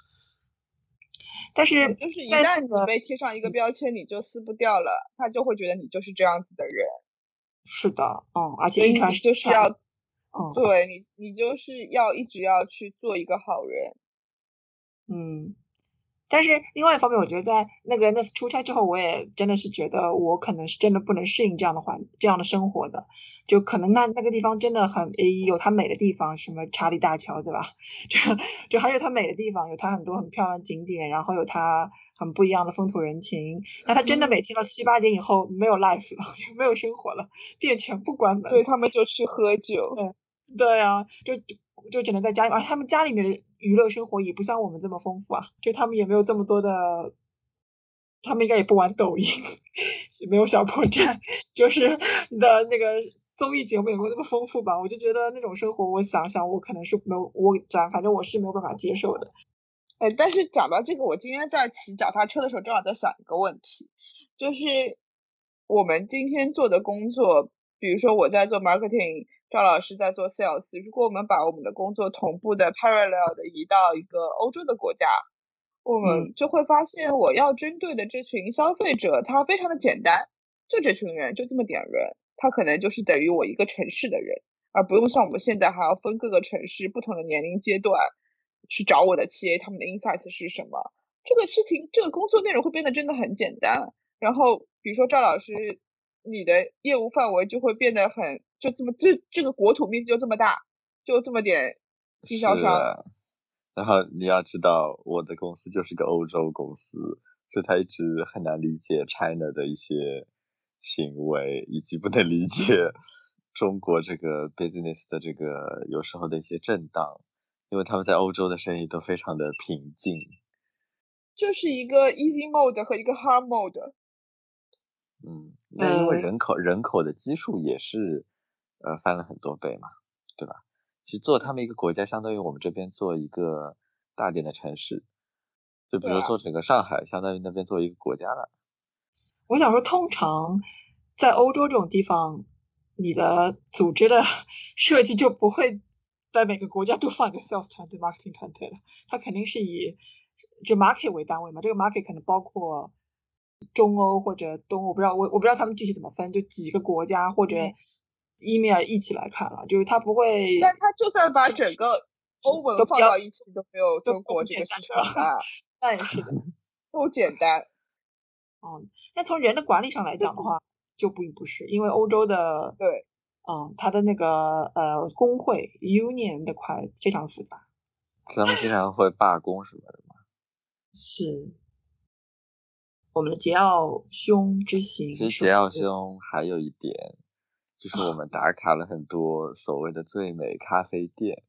Speaker 3: 但
Speaker 1: 对，
Speaker 3: 是
Speaker 1: 就是一
Speaker 3: 在那个
Speaker 1: 旦你被贴上一个标签，你就撕不掉了，他就会觉得你就是这样子的人，
Speaker 3: 是的，而且
Speaker 1: 所以
Speaker 3: 一传十，
Speaker 1: 你就是要，
Speaker 3: 嗯
Speaker 1: 对你就是要一直要去做一个好人。
Speaker 3: 嗯。但是另外一方面，我觉得在那次出差之后，我也真的是觉得我可能是真的不能适应这样的生活的，就可能那个地方真的有它美的地方，什么查理大桥，对吧？就还有它美的地方，有它很多很漂亮的景点，然后有它很不一样的风土人情。那它真的每天到7、8点以后没有 life 了，就没有生活了，店全部关门。
Speaker 1: 对，他们就去喝酒。
Speaker 3: 对啊，就只能在家里，而他们家里面的娱乐生活也不像我们这么丰富啊，就他们也没有这么多的，他们应该也不玩抖音，没有小破站，就是你的那个综艺节目也没有那么丰富吧。我就觉得那种生活，我想想，我可能是没有，反正我是没有办法接受的。
Speaker 1: 但是讲到这个，我今天在骑脚踏车的时候，正好在想一个问题，就是我们今天做的工作，比如说我在做 marketing，赵老师在做 sales，如果我们把我们的工作同步的 parallel 的移到一个欧洲的国家，我们就会发现我要针对的这群消费者，他非常的简单，就这群人，就这么点人，他可能就是等于我一个城市的人，而不用像我们现在还要分各个城市不同的年龄阶段去找我的 TA，他们的 insights 是什么。这个事情，这个工作内容会变得真的很简单。然后，比如说赵老师，你的业务范围就会变得就这么这个国土面积就这么大，就这么点经销商。
Speaker 2: 然后你要知道，我的公司就是个欧洲公司，所以他一直很难理解 China 的一些行为，以及不能理解中国这个 business 的这个有时候的一些震荡，因为他们在欧洲的生意都非常的平静。
Speaker 1: 就是一个 easy mode 和一个 hard mode。
Speaker 2: 那因为人口的基数也是翻了很多倍嘛，对吧？其实做他们一个国家，相当于我们这边做一个大点的城市，就比如说做整个上海，相当于那边做一个国家了。
Speaker 3: 我想说，通常在欧洲这种地方，你的组织的设计就不会在每个国家都放一个 sales 团队、marketing 团队了，它肯定是以就 market 为单位嘛。这个 market 可能包括中欧或者东欧，我不知道他们具体怎么分，就几个国家或者 EMEA 一起来看了，就是它不会。
Speaker 1: 但他就算把整个欧盟放到一起，都没有中国这个市场大。
Speaker 3: 那也是的，
Speaker 1: 不简单。
Speaker 3: 那从人的管理上来讲的话，就不是，因为欧洲的
Speaker 1: 对，
Speaker 3: 它的那个工会 union 的块非常复杂，
Speaker 2: 他们经常会罢工什么的嘛。
Speaker 3: 是我们的桀骜兄之行。
Speaker 2: 其实桀骜兄还有一点，就是我们打卡了很多所谓的最美咖啡店。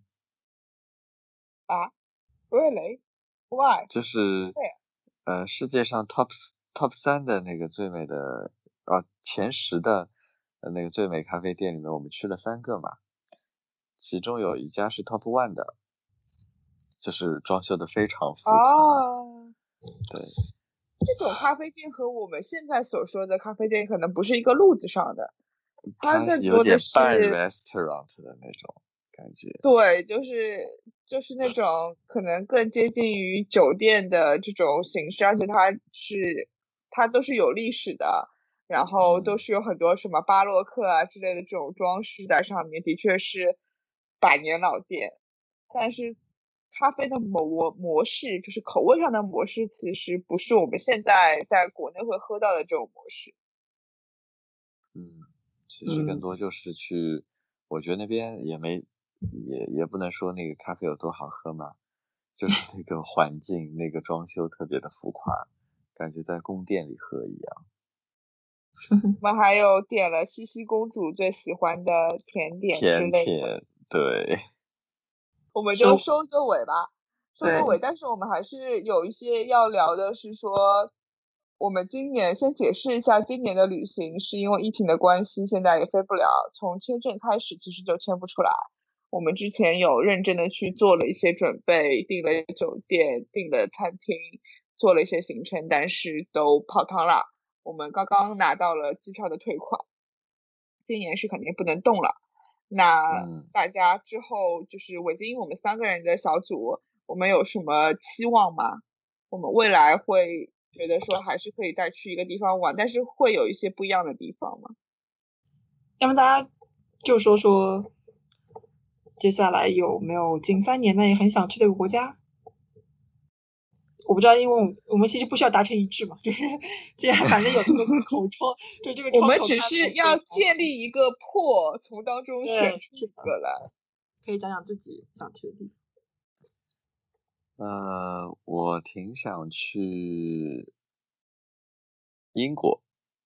Speaker 1: Really? Why?
Speaker 2: 就是世界上 top 3的那个最美的前10的那个最美咖啡店里面，我们去了3个嘛，其中有一家是 top 1的，就是装修的非常复杂。对，
Speaker 1: 这种咖啡店和我们现在所说的咖啡店可能不是一个路子上的，它更
Speaker 2: 有点
Speaker 1: 多的是
Speaker 2: 半 restaurant 的那种感觉。
Speaker 1: 对，就是那种可能更接近于酒店的这种形式，而且它都是有历史的，然后都是有很多什么巴洛克啊之类的这种装饰在上面，的确是百年老店。但是咖啡的模式，就是口味上的模式，其实不是我们现在在国内会喝到的这种模式。
Speaker 2: 其实更多就是去，我觉得那边也不能说那个咖啡有多好喝嘛，就是那个环境那个装修特别的浮夸，感觉在宫殿里喝一样。
Speaker 1: 我们还有点了茜茜公主最喜欢的甜点之类的。
Speaker 2: 对，
Speaker 1: 我们就收个尾吧，但是我们还是有一些要聊的，是说我们今年先解释一下，今年的旅行是因为疫情的关系，现在也飞不了。从签证开始，其实就签不出来。我们之前有认真的去做了一些准备，订了酒店，订了餐厅，做了一些行程，但是都泡汤了。我们刚刚拿到了机票的退款，今年是肯定不能动了。那大家之后就是围巾我们3个人的小组，我们有什么期望吗？我们未来会觉得说还是可以再去一个地方玩，但是会有一些不一样的地方吗？
Speaker 3: 要么大家就说说接下来有没有近3年内很想去的一个国家？我不知道，因为我们其实不需要达成一致嘛，就是既然反正有这个口窗，就这个窗口，
Speaker 1: 我们只是要建立一个破，从当中选出一个来。
Speaker 3: 可以讲讲自己想去的地
Speaker 2: 方。我挺想去英国。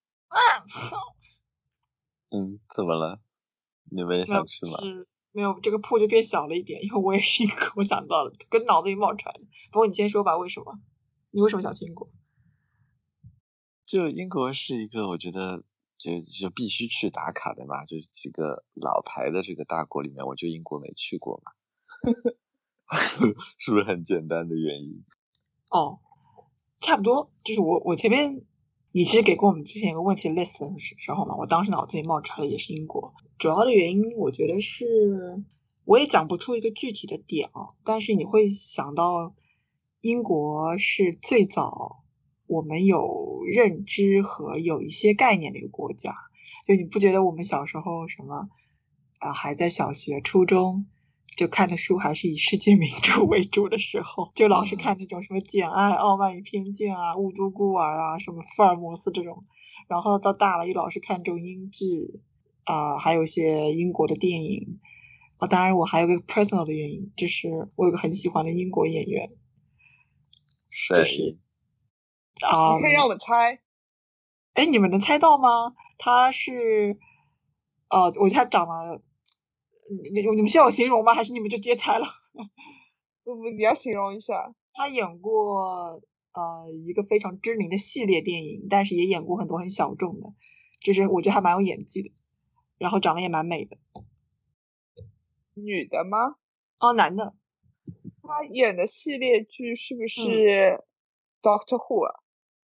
Speaker 2: 怎么了？你们也想去吗？
Speaker 3: 没有，这个铺就变小了一点，因为我也是一个，我想到了，跟脑子里冒出来的。不过你先说吧，为什么？你为什么想去英国？
Speaker 2: 就英国是一个我觉得就必须去打卡的嘛，就是几个老牌的这个大国里面，我就英国没去过嘛，是不是很简单的原因？
Speaker 3: 哦，差不多，就是我前面你其实给过我们之前一个问题的 list 的时候嘛，我当时脑子里冒出来的也是英国，主要的原因我觉得是我也讲不出一个具体的点啊，但是你会想到英国是最早我们有认知和有一些概念的一个国家，就你不觉得我们小时候什么还在小学初中就看的书还是以世界名著为主的时候，就老是看那种什么《简爱》《傲慢与偏见》啊、《雾都孤儿》啊、什么福尔摩斯这种，然后到大了又老是看这种英剧还有一些英国的电影当然我还有个 personal 的原因，就是我有个很喜欢的英国演员，就是
Speaker 2: 你
Speaker 1: 可以让我们猜。
Speaker 3: 哎，你们能猜到吗？他是我觉得他长得你们需要我形容吗？还是你们就直接猜了？
Speaker 1: 不，你要形容一下。
Speaker 3: 他演过一个非常知名的系列电影，但是也演过很多很小众的，就是我觉得还蛮有演技的，然后长得也蛮美的。
Speaker 1: 女的吗？
Speaker 3: 哦，男的。
Speaker 1: 他演的系列剧是不是 Doctor Who 啊？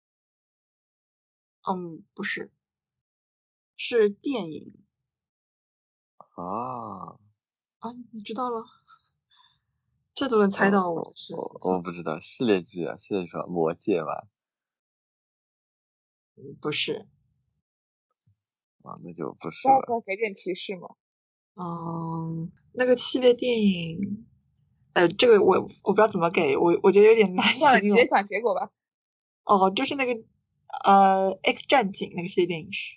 Speaker 3: 不是，是电影。你知道了？这都能猜到
Speaker 2: 我不知道系列剧啊，系列剧魔戒吧？
Speaker 3: 不是。
Speaker 2: 那就不是了。
Speaker 1: 要给点提示吗？
Speaker 3: 那个系列电影，这个我不知道怎么给，我觉得有点难
Speaker 1: 算了，直接讲结果吧。
Speaker 3: 就是那个X 战警那个系列电影是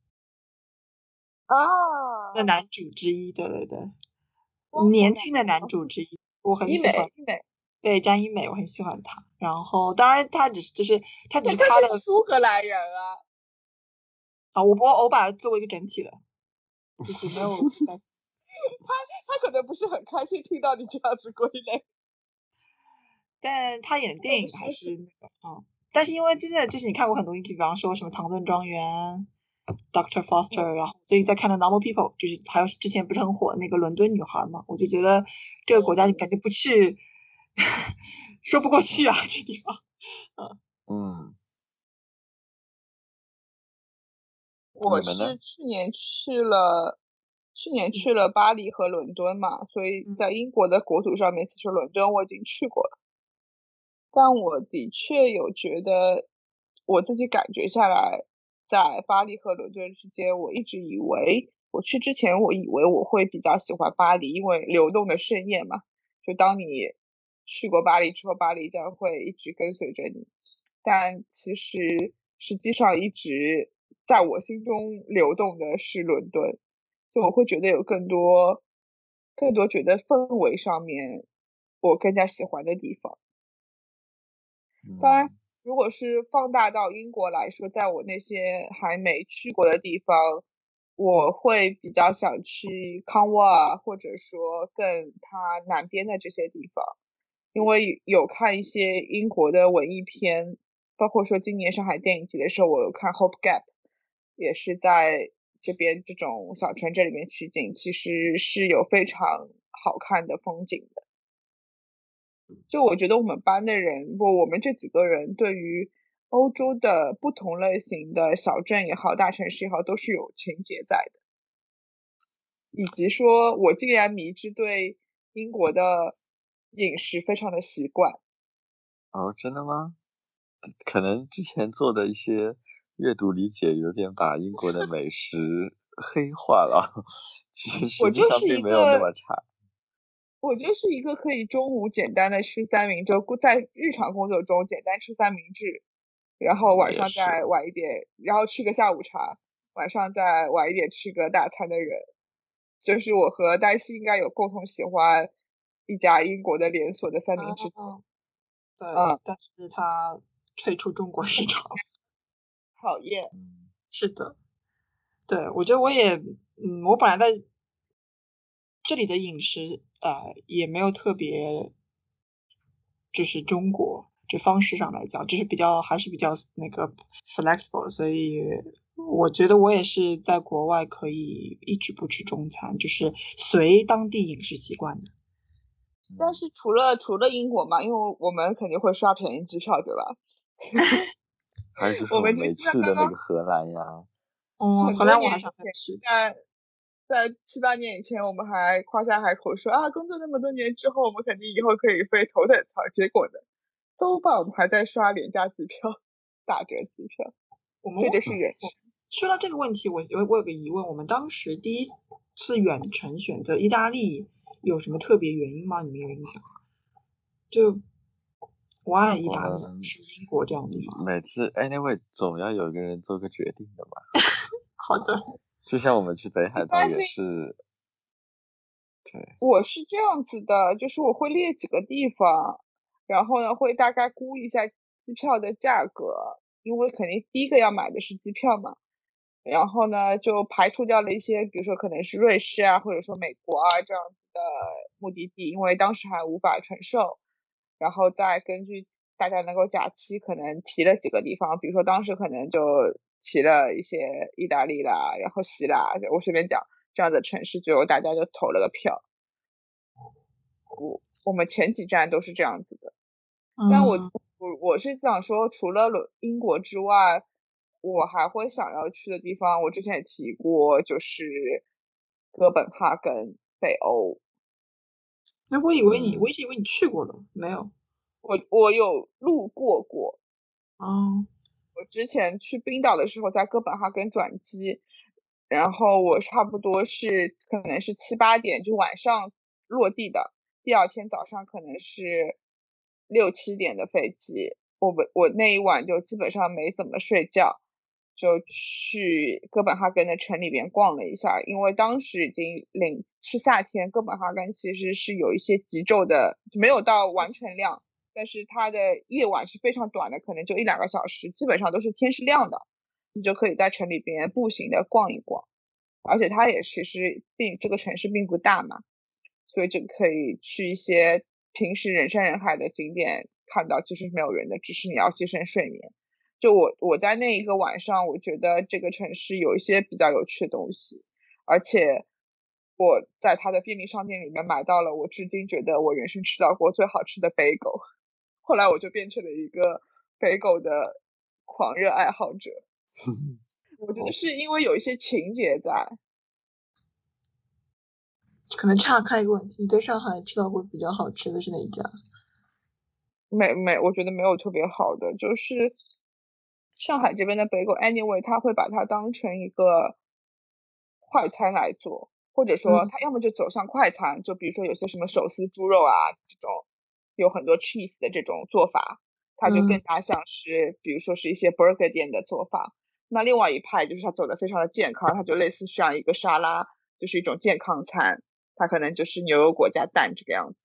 Speaker 3: 的男主之一，对对对，年轻的男主之一，我很喜欢。
Speaker 1: 医美，
Speaker 3: 对，詹医美，我很喜欢他。然后当然他只是他是
Speaker 1: 苏格兰人啊。
Speaker 3: 我把它作为一个整体的，就是没有
Speaker 1: 他可能不是很开心听到你这样子归类，
Speaker 3: 但他演的电影还是那个但是因为真的就是你看过很多英剧，比方说什么《唐顿庄园》、Dr. Foster，然后所以在看的 Normal People，就是还有之前不是很火那个伦敦女孩嘛，我就觉得这个国家你感觉不去说不过去啊，这地方。
Speaker 1: 我是去年去了巴黎和伦敦嘛，所以在英国的国土上面，其实伦敦我已经去过了。但我的确有觉得，我自己感觉下来，在巴黎和伦敦之间，我一直以为我去之前，我以为我会比较喜欢巴黎，因为流动的盛宴嘛。就当你去过巴黎之后，巴黎将会一直跟随着你。但其实实际上一直在我心中流动的是伦敦，就我会觉得有更多觉得氛围上面我更加喜欢的地方。当然，如果是放大到英国来说，在我那些还没去过的地方，我会比较想去康沃尔，或者说更它南边的这些地方，因为有看一些英国的文艺片， 包括说今年上海电影节的时候，我有看 Hope Gap，也是在这边这种小城镇里面取景，其实是有非常好看的风景的。就我觉得我们班的人，我们这几个人对于欧洲的不同类型的小镇也好，大城市也好，都是有情节在的。以及说我竟然迷之对英国的饮食非常的习惯。
Speaker 2: 哦，真的吗？可能之前做的一些阅读理解有点把英国的美食黑化了，其实实际上并没有那么差。
Speaker 1: 我就是一个可以中午简单的吃三明治，在日常工作中简单吃三明治，然后晚上再晚一点，然后吃个下午茶，晚上再晚一点吃个大餐的人。就是我和黛西应该有共同喜欢一家英国的连锁的三明治。
Speaker 3: 对，但是它退出中国市场。
Speaker 1: 讨厌。
Speaker 3: 是的，对，我觉得我也，我本来在这里的饮食，也没有特别，就是中国这方式上来讲，就是还是比较那个 flexible，所以我觉得我也是在国外可以一直不吃中餐，就是随当地饮食习惯的。
Speaker 1: 但是除了英国嘛，因为我们肯定会刷便宜机票，对吧？
Speaker 2: 还有就是我们没去的那个荷兰呀。
Speaker 3: 荷兰我还想再去。
Speaker 1: 在7、8年以前，我们还夸下海口说啊，工作那么多年之后，我们肯定以后可以飞头等舱。结果呢，so far 我们还在刷廉价机票、打折机票。这就是人生。
Speaker 3: 说到这个问题，我有个疑问：我们当时第一次远程选择意大利有什么特别原因吗？你们有印象？就我爱意大利，是英国这样的地方。
Speaker 2: 每次 anyway 总要有一个人做个决定的嘛。
Speaker 3: 好的。
Speaker 2: 就像我们去北海道也是。对，
Speaker 1: 我是这样子的，就是我会列几个地方，然后呢会大概估一下机票的价格，因为肯定第一个要买的是机票嘛。然后呢就排除掉了一些，比如说可能是瑞士啊，或者说美国啊这样子的目的地，因为当时还无法承受。然后再根据大家能够假期可能提了几个地方，比如说当时可能就提了一些意大利啦，然后希腊，我随便讲这样的城市，最后大家就投了个票。我们前几站都是这样子的。但我是想说，除了英国之外，我还会想要去的地方，我之前也提过，就是哥本哈根，北欧。
Speaker 3: 那我以为你去过了，没有？
Speaker 1: 我有路过。
Speaker 3: 我
Speaker 1: 之前去冰岛的时候，在哥本哈根转机，然后我差不多是可能是7、8点就晚上落地的，第二天早上可能是6、7点的飞机。我那一晚就基本上没怎么睡觉，就去哥本哈根的城里边逛了一下，因为当时已经是夏天，哥本哈根其实是有一些极昼的，没有到完全亮。但是它的夜晚是非常短的，可能就1、2个小时，基本上都是天是亮的，你就可以在城里边步行的逛一逛。而且它也其实这个城市并不大嘛，所以就可以去一些平时人山人海的景点看到其实没有人的，只是你要牺牲睡眠。就我在那一个晚上，我觉得这个城市有一些比较有趣的东西，而且我在它的便利商店里面买到了我至今觉得我人生吃到过最好吃的 bagel。后来我就变成了一个bagel的狂热爱好者。我觉得是因为有一些情节在。
Speaker 3: 可能岔开一个问题，你在上海吃到过比较好吃的是哪一家？
Speaker 1: 我觉得没有特别好的，就是上海这边的 bagel anyway 他会把它当成一个快餐来做，或者说他要么就走向快餐，就比如说有些什么手撕猪肉啊这种有很多 cheese 的这种做法，它就更加像是比如说是一些 burger 店的做法。那另外一派就是它走的非常的健康，它就类似像一个沙拉，就是一种健康餐，它可能就是牛油果加蛋这个样子。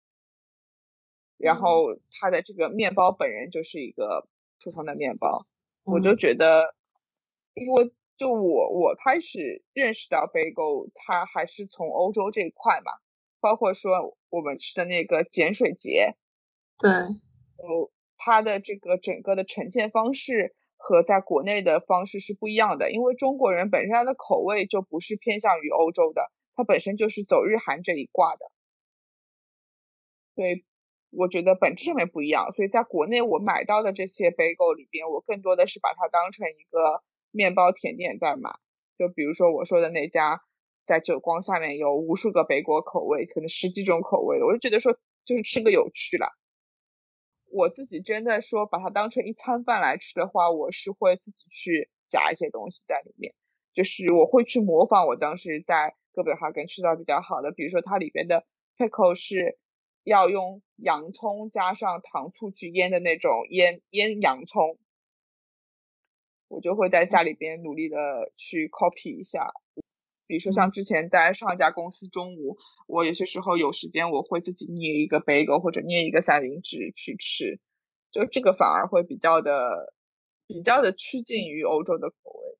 Speaker 1: 然后它的这个面包本人就是一个普通的面包。我就觉得，因为就我开始认识到 bagel 它还是从欧洲这一块嘛，包括说我们吃的那个碱水节。
Speaker 3: 对，
Speaker 1: 它的这个整个的呈现方式和在国内的方式是不一样的，因为中国人本身他的口味就不是偏向于欧洲的，它本身就是走日韩这一挂的，所以我觉得本质上面不一样。所以在国内我买到的这些 bagel 里边，我更多的是把它当成一个面包甜点在买，就比如说我说的那家在久光下面有无数个bagel口味，可能10几种口味的，我就觉得说就是吃个有趣啦。我自己真的说把它当成一餐饭来吃的话，我是会自己去加一些东西在里面，就是我会去模仿我当时在哥本哈根吃到比较好的，比如说它里边的 pickle 是要用洋葱加上糖醋去腌的那种腌洋葱，我就会在家里边努力的去 copy 一下。比如说像之前在上一家公司中午，我有些时候有时间我会自己捏一个 bagel 或者捏一个三明治去吃，就这个反而会比较的趋近于欧洲的口味。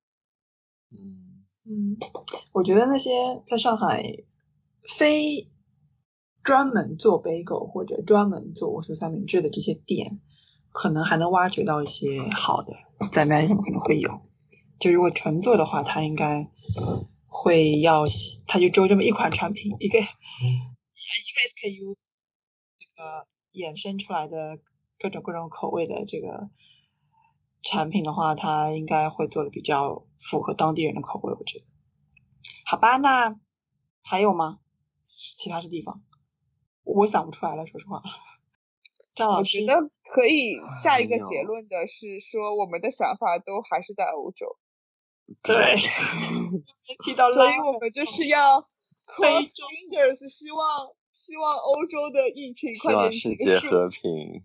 Speaker 3: 我觉得那些在上海非专门做 bagel 或者专门做我说三明治的这些店，可能还能挖掘到一些好的，在 Man 上可能会有。就如果纯做的话，它应该会要，它就只有这么一款产品，一个 SKU 这个衍生出来的各种口味的这个产品的话，它应该会做的比较符合当地人的口味，我觉得。好吧，那还有吗？其他的地方我想不出来了，说实话。张老师，
Speaker 1: 我觉得可以下一个结论的是说，我们的想法都还是在欧洲。
Speaker 3: 对，
Speaker 1: 所以我们就是要 cross fingers， 希望欧洲的疫情快点结束，
Speaker 2: 希望世界和平。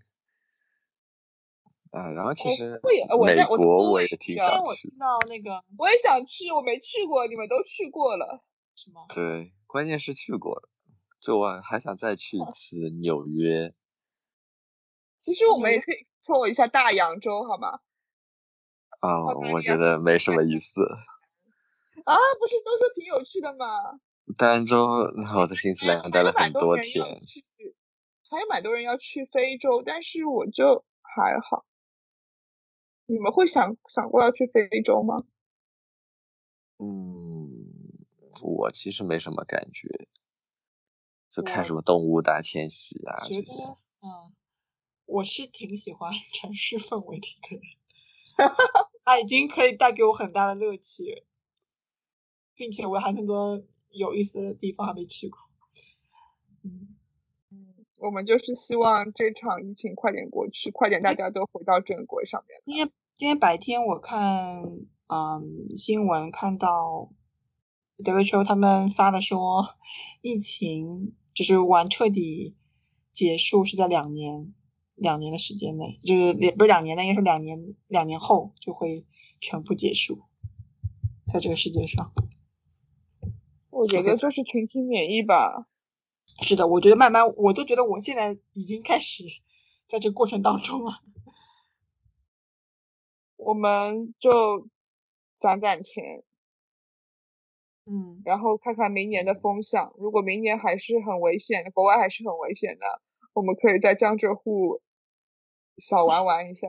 Speaker 2: 然后其实美国我也挺想去，
Speaker 1: 我也想去，我没去过，你们都去过了，
Speaker 3: 是吗？
Speaker 2: 对，关键是去过了，就我还想再去一次纽约。
Speaker 1: 其实我们也可以做一下大洋洲，好吗？
Speaker 2: 我觉得没什么意思。
Speaker 1: 不是都说挺有趣的吗？
Speaker 2: 大洋洲，我在新西兰待了很多天，
Speaker 1: 还有蛮多人要去非洲，但是我就还好。你们会想过要去非洲吗？
Speaker 2: 我其实没什么感觉，就看什么动物大迁徙啊这些。
Speaker 3: 我是挺喜欢城市氛围的一个人，它已经可以带给我很大的乐趣，并且我还有很多有意思的地方还没去过。
Speaker 1: 我们就是希望这场疫情快点过去，快点大家都回到正轨上面。
Speaker 3: 今天白天我看新闻看到 WHO 他们发的说，疫情就是彻底结束是在2年的时间内，就是也不是2年内，应该是2年后就会全部结束，在这个世界上。
Speaker 1: 我觉得就是群体免疫吧。
Speaker 3: 是的，我觉得慢慢，我都觉得我现在已经开始在这个过程当中了。
Speaker 1: 我们就攒钱，然后看看明年的风向。如果明年还是很危险，国外还是很危险的，我们可以在江浙沪小玩一下，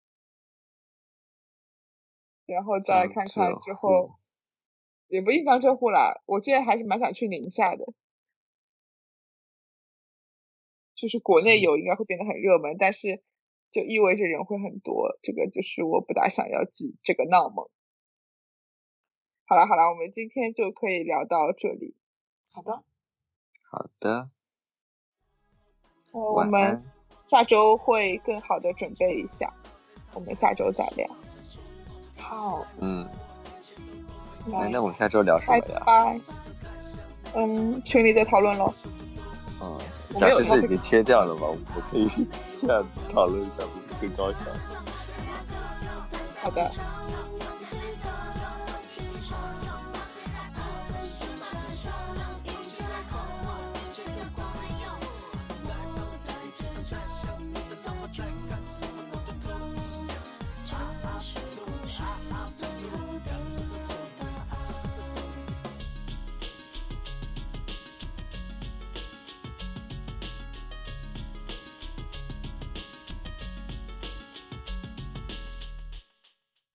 Speaker 1: 然后再看看之后，也不一定江浙沪啦。我现在还是蛮想去宁夏的。就是国内有应该会变得很热门，但是就意味着人会很多，这个就是我不大想要挤这个闹梦。好了，我们今天就可以聊到这里。
Speaker 3: 好
Speaker 2: 的。
Speaker 1: 我们下周会更好的准备一下，我们下周再聊。
Speaker 3: 好。
Speaker 2: 那我们下周聊什么呀？
Speaker 1: 拜拜。群里再讨论咯。
Speaker 2: 假设这已经切掉了吗？我们可以现在讨论一下，不是更高效？
Speaker 1: 好的。